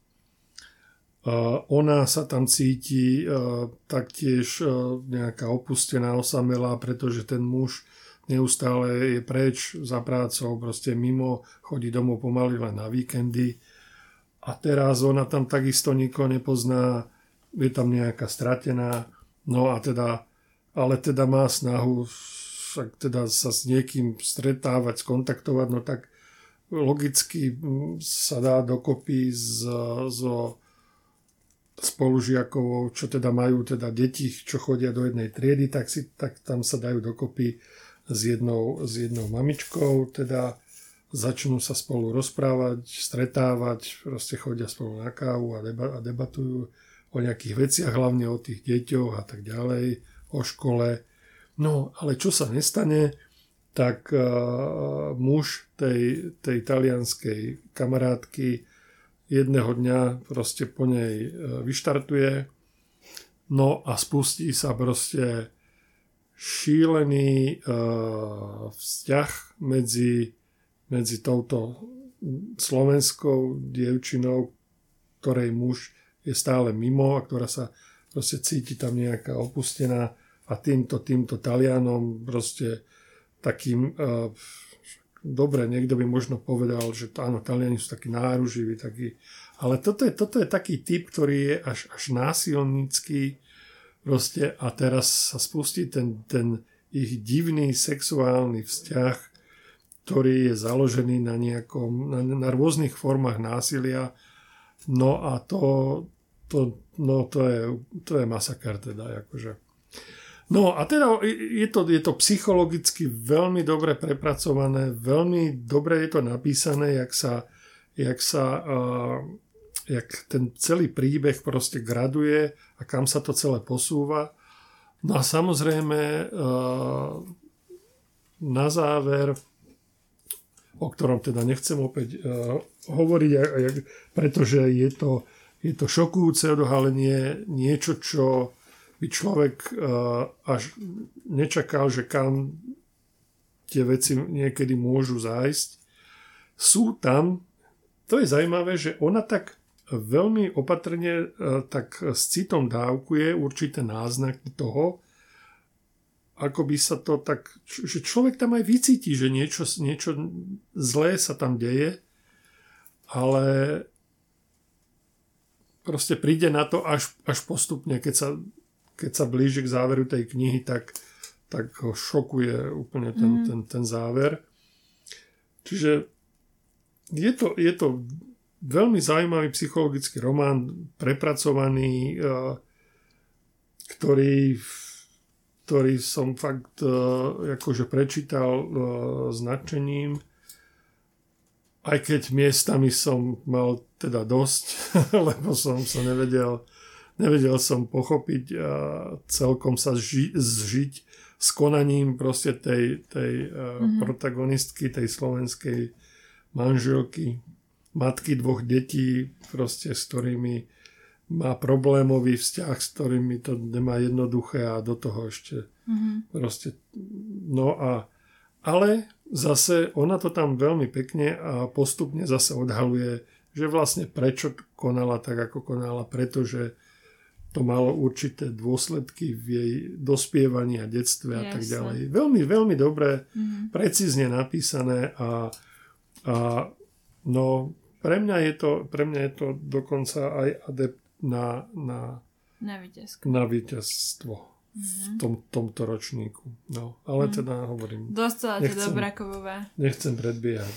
Ona sa tam cíti taktiež nejaká opustená, osamelá, pretože ten muž neustále je preč za prácou, proste mimo, chodí domov pomaly len na víkendy. A teraz ona tam takisto nikoho nepozná, je tam nejaká stratená, no a teda, ale teda má snahu teda sa s niekým stretávať, skontaktovať, no tak logicky sa dá dokopy so spolužiakovou, čo teda majú teda deti, čo chodia do jednej triedy, tak tam sa dajú dokopy s jednou mamičkou, teda začnú sa spolu rozprávať, stretávať, proste chodia spolu na kávu a debatujú o nejakých veciach, hlavne o tých deťoch a tak ďalej, o škole. No, ale čo sa nestane, tak muž tej talianskej kamarátky jedného dňa proste po nej vyštartuje, no a spustí sa proste šílený vzťah medzi touto slovenskou dievčinou, ktorej muž je stále mimo a ktorá sa proste cíti tam nejaká opustená, a týmto Talianom proste takým dobre, niekto by možno povedal, že áno, Taliani sú takí náruživí, ale toto je taký typ, ktorý je až násilnícky proste, a teraz sa spustí ten ich divný sexuálny vzťah, ktorý je založený na rôznych formách násilia. No a to je masaker teda, akože. No a teda je to psychologicky veľmi dobre prepracované, veľmi dobre je to napísané, jak ten celý príbeh proste graduje a kam sa to celé posúva. No a samozrejme na záver, o ktorom teda nechcem opäť hovoriť, pretože je to šokujúce odhalenie, niečo, čo by človek až nečakal, že kam tie veci niekedy môžu zájsť. Sú tam, to je zaujímavé, že ona tak veľmi opatrne tak s citom dávkuje určité náznaky toho, ako by sa to tak, že človek tam aj vycíti, že niečo zlé sa tam deje, ale proste príde na to až postupne, keď sa blíži k záveru tej knihy, tak ho šokuje úplne ten záver. Čiže je to veľmi zaujímavý psychologický román, prepracovaný, ktorý som fakt akože prečítal s nadšením, aj keď miestami som mal teda dosť, lebo som sa nevedel som pochopiť a celkom sa zžiť s konaním proste tej protagonistky, tej slovenskej manželky, matky 2 detí, proste s ktorými má problémový vzťah, s ktorými to nemá jednoduché a do toho ešte proste. No ale zase ona to tam veľmi pekne a postupne zase odhaluje, že vlastne prečo konala tak, ako konala, pretože to malo určité dôsledky v jej dospievaní a detstve a tak ďalej. Veľmi, veľmi dobre, precízne napísané a no pre mňa je to dokonca aj adept na víťazstvo v tomto ročníku. No, ale teda hovorím. Dostala ťa do Brakovova. Nechcem predbiehať.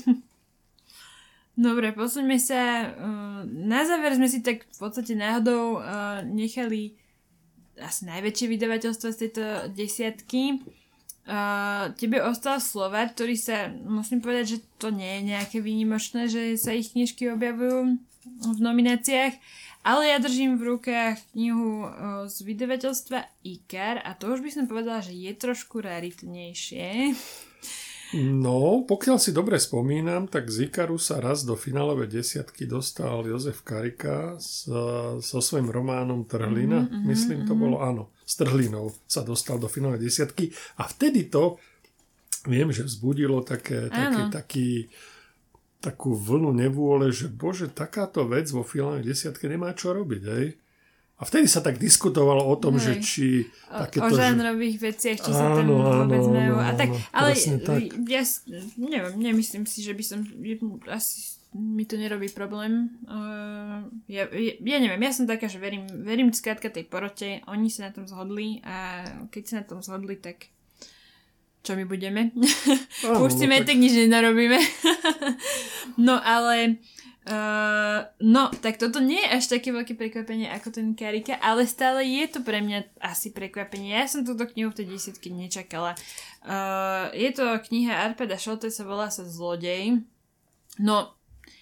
Dobre, posuňme sa. Na záver sme si tak v podstate náhodou nechali asi najväčšie vydavateľstvo z tejto desiatky. Tebe ostal Slovár, ktorý sa, musím povedať, že to nie je nejaké výnimočné, že sa ich knižky objavujú v nomináciách, ale ja držím v rukách knihu z vydavateľstva Ikar a to už by som povedala, že je trošku raritnejšie. No, pokiaľ si dobre spomínam, tak z Ikaru sa raz do finálovej desiatky dostal Jozef Karika so svojím románom Trhlina. Myslím, to bolo áno. S Trhlinou sa dostal do finálovej desiatky a vtedy to, viem, že vzbudilo takú vlnu nevôle, že bože, takáto vec vo finálovej desiatke nemá čo robiť, hej? A vtedy sa tak diskutovalo o tom, že či takéto... O žánrových veciach, či sa tam vôbec majú. Ale ja neviem, nemyslím si, že by som... Asi mi to nerobí problém. Ja neviem, ja som taká, že verím skrátka tej porote. Oni sa na tom zhodli a keď sa na tom zhodli, tak čo my budeme? Pustíme, tak nič nenarobíme. No ale... tak toto nie je až také veľké prekvapenie ako ten Karika, ale stále je to pre mňa asi prekvapenie. Ja som túto knihu v tej 10 nečakala. Je to kniha Arpada Šoltésa, volá sa Zlodej. No,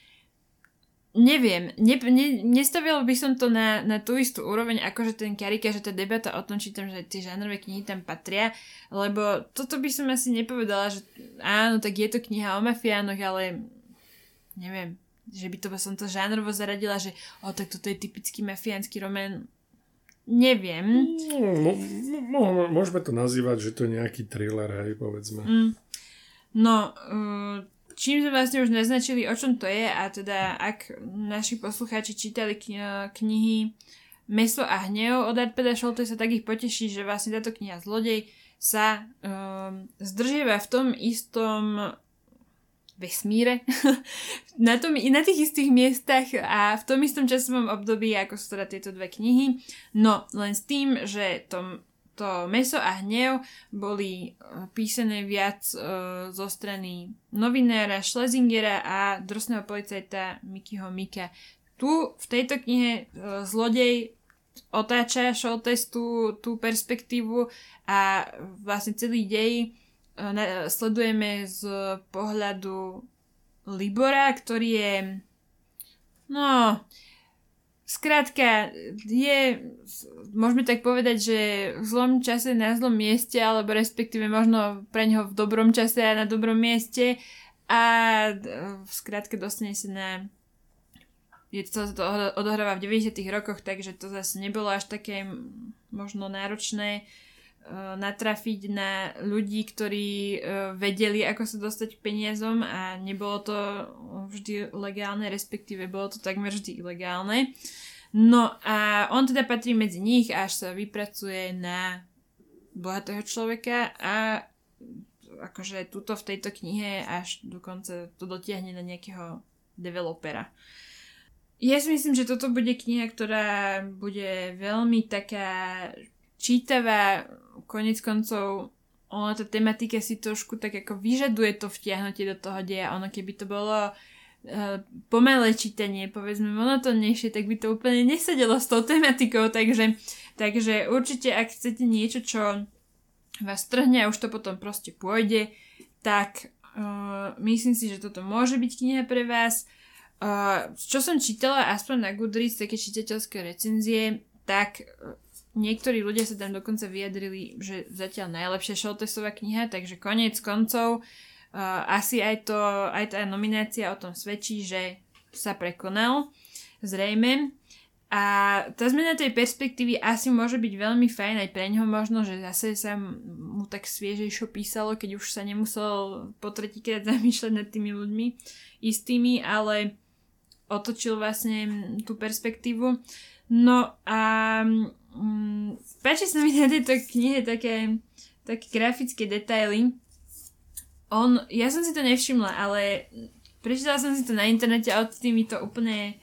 neviem, nestavil by som to na tú istú úroveň, akože ten Karika, že tá debata o tom, či tam, že tie žánrové knihy tam patria, lebo toto by som asi nepovedala, že áno, tak je to kniha o mafiánoch, ale neviem, že by som to žánrovo zaradila, že tak toto je typický mafiánsky román. Neviem. Môžeme to nazývať, že to je nejaký thriller, hej, povedzme. No, čím sme vlastne už naznačili, o čom to je, a teda ak naši poslucháči čítali knihy Meso a hnev od Arpada Šoltésa, tak ich poteší, že vlastne táto kniha Zlodej sa zdržieva v tom istom vesmíre, na tých istých miestach a v tom istom časovom období, ako sú teda tieto dve knihy. No, len s tým, že to Meso a hnev boli písané viac zo strany novinára Schlesingera a drsného policajta Mickeyho Micka. Tu v tejto knihe Zlodej otáča Šoltés tú perspektívu a vlastne celý dej sledujeme z pohľadu Libora, ktorý je skrátka môžeme tak povedať, že v zlom čase na zlom mieste, alebo respektíve možno pre neho v dobrom čase a na dobrom mieste a skrátka dostane sa to odohráva v 90. rokoch, takže to zase nebolo až také možno náročné natrafiť na ľudí, ktorí vedeli, ako sa dostať k peniazom a nebolo to vždy legálne, respektíve bolo to takmer vždy ilegálne. No a on teda patrí medzi nich, až sa vypracuje na bohatého človeka a akože tuto v tejto knihe až dokonca to dotiahne na nejakého developera. Ja si myslím, že toto bude kniha, ktorá bude veľmi taká čítavá, konec koncov tá tematika si trošku tak ako vyžaduje to vtiahnutie do toho deja. Ono keby to bolo pomalé čítanie, povedzme monotónnejšie, tak by to úplne nesedelo s tou tematikou, takže určite ak chcete niečo, čo vás trhne a už to potom proste pôjde, tak myslím si, že toto môže byť kniha pre vás. Čo som čítala aspoň na Goodreads, také čitateľské recenzie, tak niektorí ľudia sa tam dokonca vyjadrili, že zatiaľ najlepšia Šoltésova kniha, takže koniec koncov asi aj tá nominácia o tom svedčí, že sa prekonal, zrejme. A tá zmena tej perspektívy asi môže byť veľmi fajn aj pre ňoho možno, že zase sa mu tak sviežejšo písalo, keď už sa nemusel po tretíkrát zamýšľať nad tými ľuďmi istými, ale otočil vlastne tú perspektívu. No a páči sa mi na tejto knihe také grafické detaily. Ja som si to nevšimla, ale prečítala som si to na internete a odtedy mi to úplne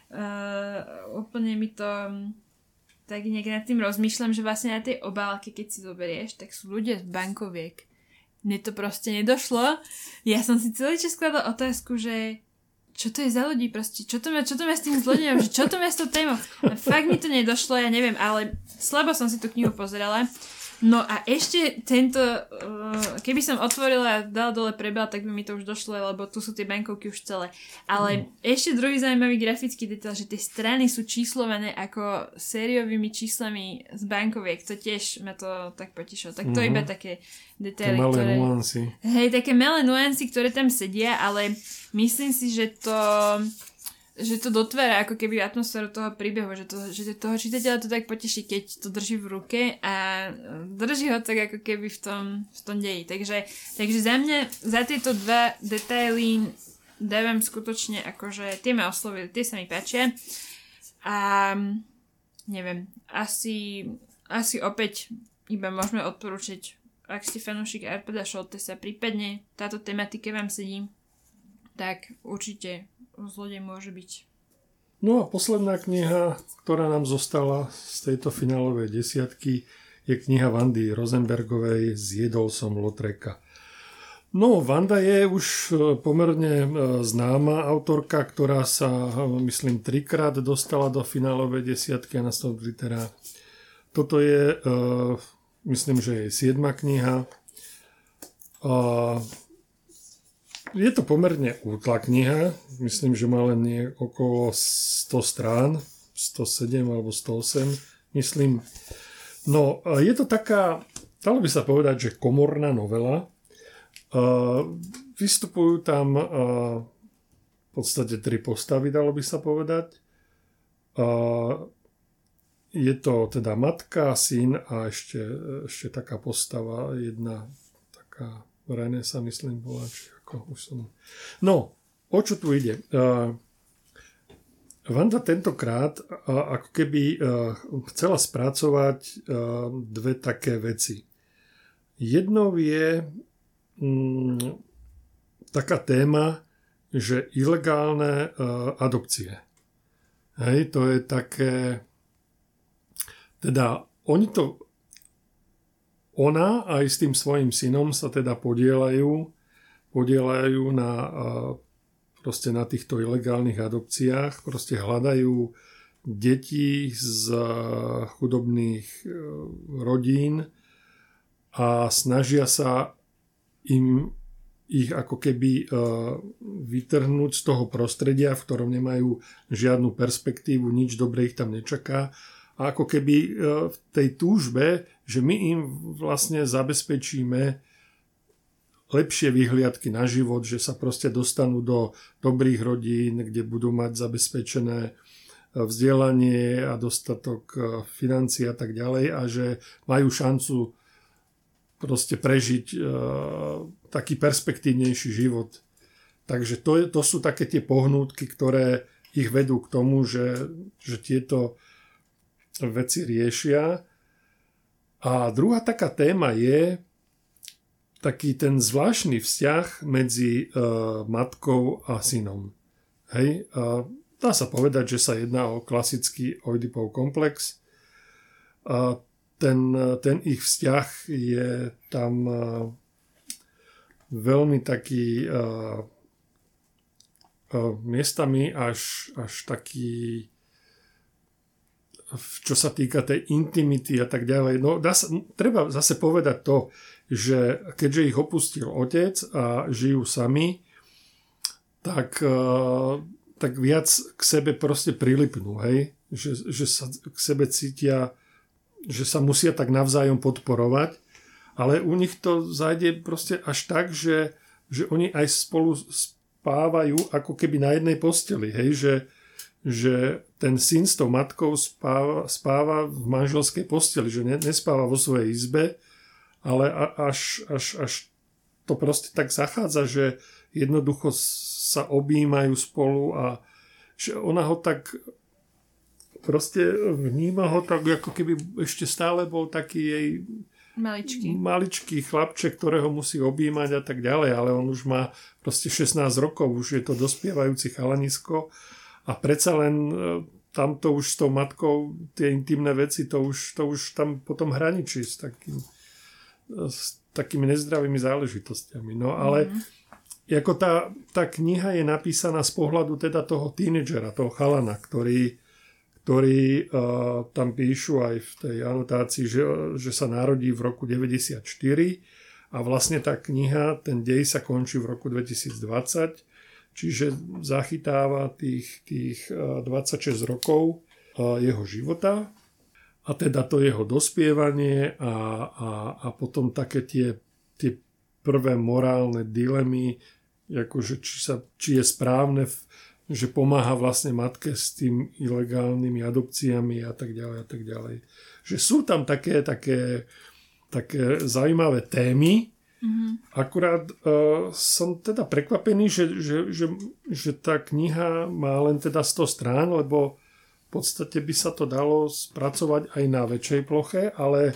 mi to tak nejak nad tým rozmýšľam, že vlastne na tej obálke, keď si zoberieš, tak sú ľudia z bankoviek. Mne to proste nedošlo. Ja som si celý čas skladala otázku, že čo to je za ľudí proste, čo to má s tým zlodeňom, že čo to má s tou témou. A fakt mi to nedošlo, ja neviem, ale slabo som si tú knihu pozerala. No a ešte tento, keby som otvorila a dala dole prebal, tak by mi to už došlo, lebo tu sú tie bankovky už celé. Ale ešte druhý zaujímavý grafický detail, že tie strany sú číslované ako sériovými číslami z bankoviek. To tiež ma to tak potešilo. Tak to iba také detaily, malé nuancy. Hej, také malé nuancy, ktoré tam sedia, ale myslím si, že to dotvára ako keby atmosféru toho príbehu, že toho čitateľa to tak poteší, keď to drží v ruke a drží ho tak ako keby v tom deji. Takže za mňa, za tieto dva detaily dávam skutočne akože tie ma oslovili, tie sa mi páčia a neviem, asi opäť iba môžeme odporúčiť, ak ste fanúšik Arpada Šoltesa, prípadne táto tematika vám sedí, tak určite zlodej môže byť. No a posledná kniha, ktorá nám zostala z tejto finálovej desiatky, je kniha Vandy Rosenbergovej Zjedol som Lautreka. No, Vanda je už pomerne známa autorka, ktorá sa, myslím, 3-krát dostala do finálovej desiatky a nastupili teda. Toto je, myslím, že je 7. kniha. Je to pomerne útla kniha, myslím, že má len okolo 100 strán, 107 alebo 108, myslím. No, je to taká, dalo by sa povedať, že komorná novela. Vystupujú tam v podstate 3 postavy, dalo by sa povedať. Je to teda matka, syn a ešte taká postava, jedna taká René sa myslím bola, či ako už som... No, o čo tu ide? Vanda tentokrát ako keby chcela spracovať dve také veci. Jednou je taká téma, že ilegálne adopcie. Hej, to je také... Teda ona aj s tým svojím synom sa teda podielajú na proste na týchto ilegálnych adopciách, proste hľadajú deti z chudobných rodín a snažia sa im ich ako keby vytrhnúť z toho prostredia, v ktorom nemajú žiadnu perspektívu, nič dobré ich tam nečaká. A ako keby v tej túžbe, že my im vlastne zabezpečíme lepšie vyhliadky na život, že sa proste dostanú do dobrých rodín, kde budú mať zabezpečené vzdelanie a dostatok financií a tak ďalej a že majú šancu proste prežiť taký perspektívnejší život. Takže to sú také tie pohnútky, ktoré ich vedú k tomu, že tieto veci riešia. A druhá taká téma je taký ten zvláštny vzťah medzi matkou a synom. Hej? Dá sa povedať, že sa jedná o klasický Oidipov komplex. Ten ich vzťah je tam veľmi taký miestami až taký, čo sa týka tej intimity a tak ďalej. No, treba zase povedať to, že keďže ich opustil otec a žijú sami, tak viac k sebe proste prilipnú, hej? Že sa k sebe cítia, že sa musia tak navzájom podporovať, ale u nich to zájde proste až tak, že oni aj spolu spávajú ako keby na jednej posteli, hej? Že ten syn s tou matkou spáva v manželskej posteli, že nespáva vo svojej izbe, ale až to proste tak zachádza, že jednoducho sa objímajú spolu a že ona ho tak proste vníma ho tak, ako keby ešte stále bol taký jej maličký chlapček, ktorého musí objímať a tak ďalej, ale on už má proste 16 rokov, už je to dospievajúci chalanisko a predsa len tamto už s tou matkou tie intimné veci, to už tam potom hraničí s takými nezdravými záležitosťami. No ale ako tá kniha je napísaná z pohľadu teda toho tínedžera, toho chalana, ktorý tam píšu aj v tej anotácii, že sa narodí v roku 94 a vlastne tá kniha, ten dej sa končí v roku 2020, čiže zachytáva tých 26 rokov jeho života a teda to jeho dospievanie a potom také tie prvé morálne dilemy, akože či je správne, že pomáha vlastne matke s tým ilegálnymi adopciami a tak ďalej. Že sú tam také zaujímavé témy. Akurát som teda prekvapený, že tá kniha má len teda 100 strán, lebo v podstate by sa to dalo spracovať aj na väčšej ploche, ale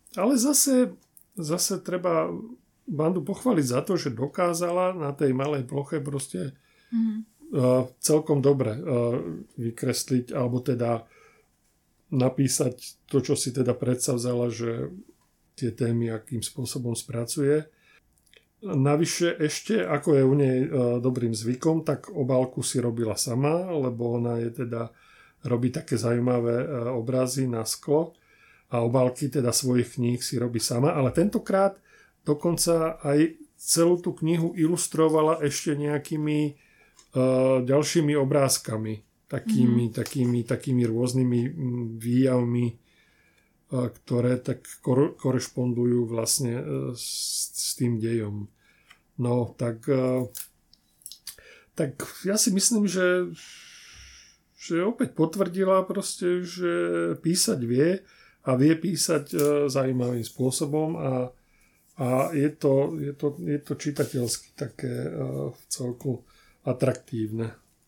zase treba bandu pochváliť za to, že dokázala na tej malej ploche proste celkom dobre vykresliť alebo teda napísať to, čo si teda predsavzala, že tie témy akým spôsobom spracuje. Navyše ešte, ako je u nej dobrým zvykom, tak obálku si robila sama, lebo ona je teda robí také zaujímavé obrazy na sklo a obálky teda svojich kníh si robí sama, ale tentokrát dokonca aj celú tú knihu ilustrovala ešte nejakými ďalšími obrázkami, takými rôznymi výjavmi, ktoré tak korešpondujú vlastne s tým dejom. No, tak ja si myslím, že opäť potvrdila proste, že písať vie a vie písať zaujímavým spôsobom a je to čitateľsky také v celku atraktívne.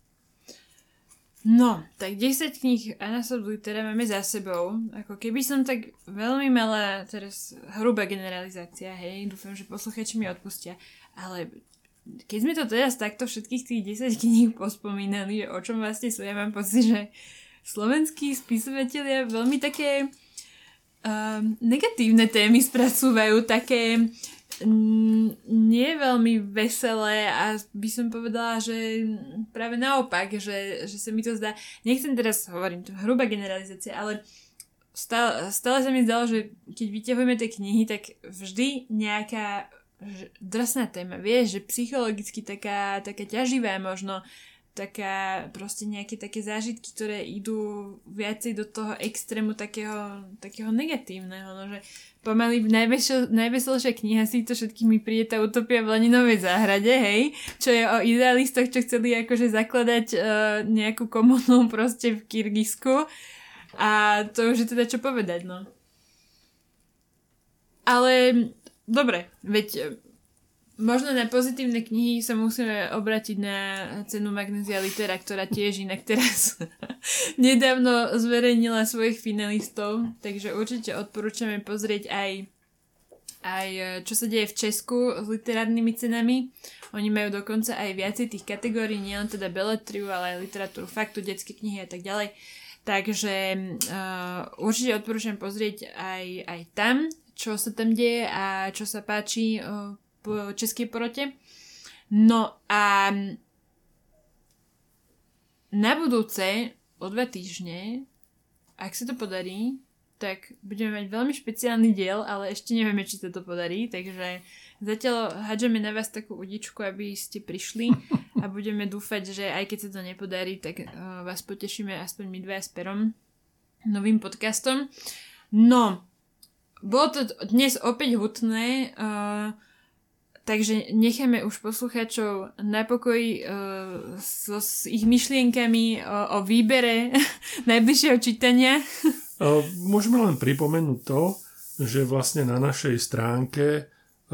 No, tak 10 kníh Anasov Littera máme za sebou. Ako keby som tak veľmi mala teraz hrubá generalizácia, hej, dúfam, že posluchači mi odpustia, ale keď sme to teraz takto všetkých tých 10 kníh pospomínali, o čom vlastne sú, ja mám pocit, že slovenskí spisovatelia veľmi také negatívne témy spracúvajú, také nie veľmi veselé a by som povedala, že práve naopak, že sa mi to zdá, nechcem teraz, hovorím, to hrubá generalizácia, ale stále sa mi zdalo, že keď vyťahujeme tie knihy, tak vždy nejaká drsná téma, vieš, že psychologicky taká ťaživá možno, taká proste nejaké také zážitky, ktoré idú viacej do toho extrému takého negatívneho, no, že pomaly najveselšia kniha si to všetkými príde tá Utopia v Leninovej záhrade, hej, čo je o idealistoch, čo chceli akože zakladať nejakú komunu proste v Kyrgyzsku a to už je teda čo povedať, no. Ale dobre, veď možno na pozitívne knihy sa musíme obrátiť na cenu Magnesia Litera, ktorá tiež inak teraz nedávno zverejnila svojich finalistov, takže určite odporúčame pozrieť aj čo sa deje v Česku s literárnymi cenami. Oni majú dokonca aj viacej tých kategórií, nielen teda beletriu, ale aj literatúru faktu, detské knihy a tak ďalej. Takže určite odporúčam pozrieť aj tam, čo sa tam deje a čo sa páči po českej porote. No a na budúce o 2 týždne, ak sa to podarí, tak budeme mať veľmi špeciálny diel, ale ešte nevieme, či sa to podarí, takže zatiaľ hádžeme na vás takú udičku, aby ste prišli a budeme dúfať, že aj keď sa to nepodarí, tak vás potešíme aspoň my dva s Perom novým podcastom. No, bolo to dnes opäť hutné, takže necháme už poslucháčov na pokoji s ich myšlienkami o výbere najbližšieho čítania. Môžeme len pripomenúť to, že vlastne na našej stránke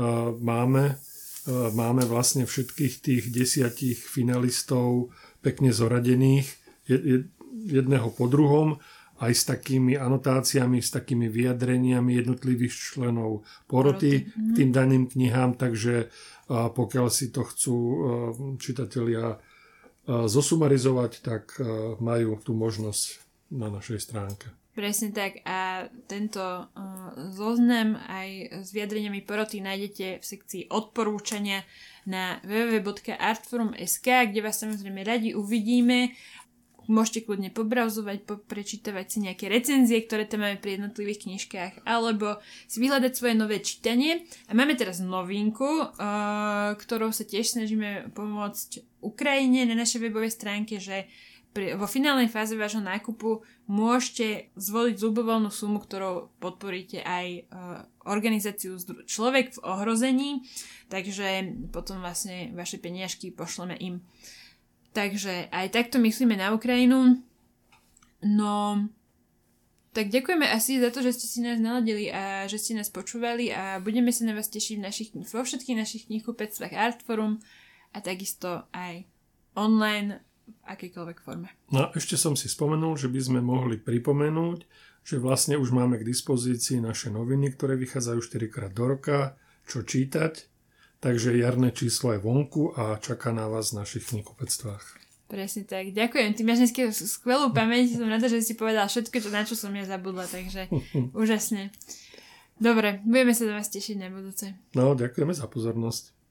máme vlastne všetkých tých 10 finalistov pekne zoradených jedného po druhom aj s takými anotáciami, s takými vyjadreniami jednotlivých členov poroty k tým daným knihám, takže pokiaľ si to chcú čitatelia zosumarizovať, tak majú tú možnosť na našej stránke. Presne tak a tento zoznam aj s vyjadreniami poroty nájdete v sekcii odporúčania na www.artforum.sk, kde vás samozrejme radi uvidíme. Môžete kľudne pobrauzovať, prečítavať si nejaké recenzie, ktoré tam máme pri jednotlivých knižkách, alebo si vyhľadať svoje nové čítanie. A máme teraz novinku, ktorou sa tiež snažíme pomôcť Ukrajine na našej webovej stránke, že vo finálnej fáze vášho nákupu môžete zvoliť ľubovoľnú sumu, ktorou podporíte aj organizáciu Človek v ohrození, takže potom vlastne vaše peniažky pošleme im. Takže aj takto myslíme na Ukrajinu. No, tak ďakujeme asi za to, že ste si nás naladili a že ste nás počúvali a budeme sa na vás tešiť vo všetkých našich knihkupectvách Artforum a takisto aj online v akejkoľvek forme. No a ešte som si spomenul, že by sme mohli pripomenúť, že vlastne už máme k dispozícii naše noviny, ktoré vychádzajú 4-krát do roka, čo čítať, takže jarné číslo je vonku a čaká na vás v našich knihkupectvách. Presne tak. Ďakujem. Ty máš dneska skvelú pamäť. Som rada, že si povedal všetko, na čo som ja zabudla, takže úžasne. Dobre, budeme sa do vás tešiť na budúce. No, ďakujeme za pozornosť.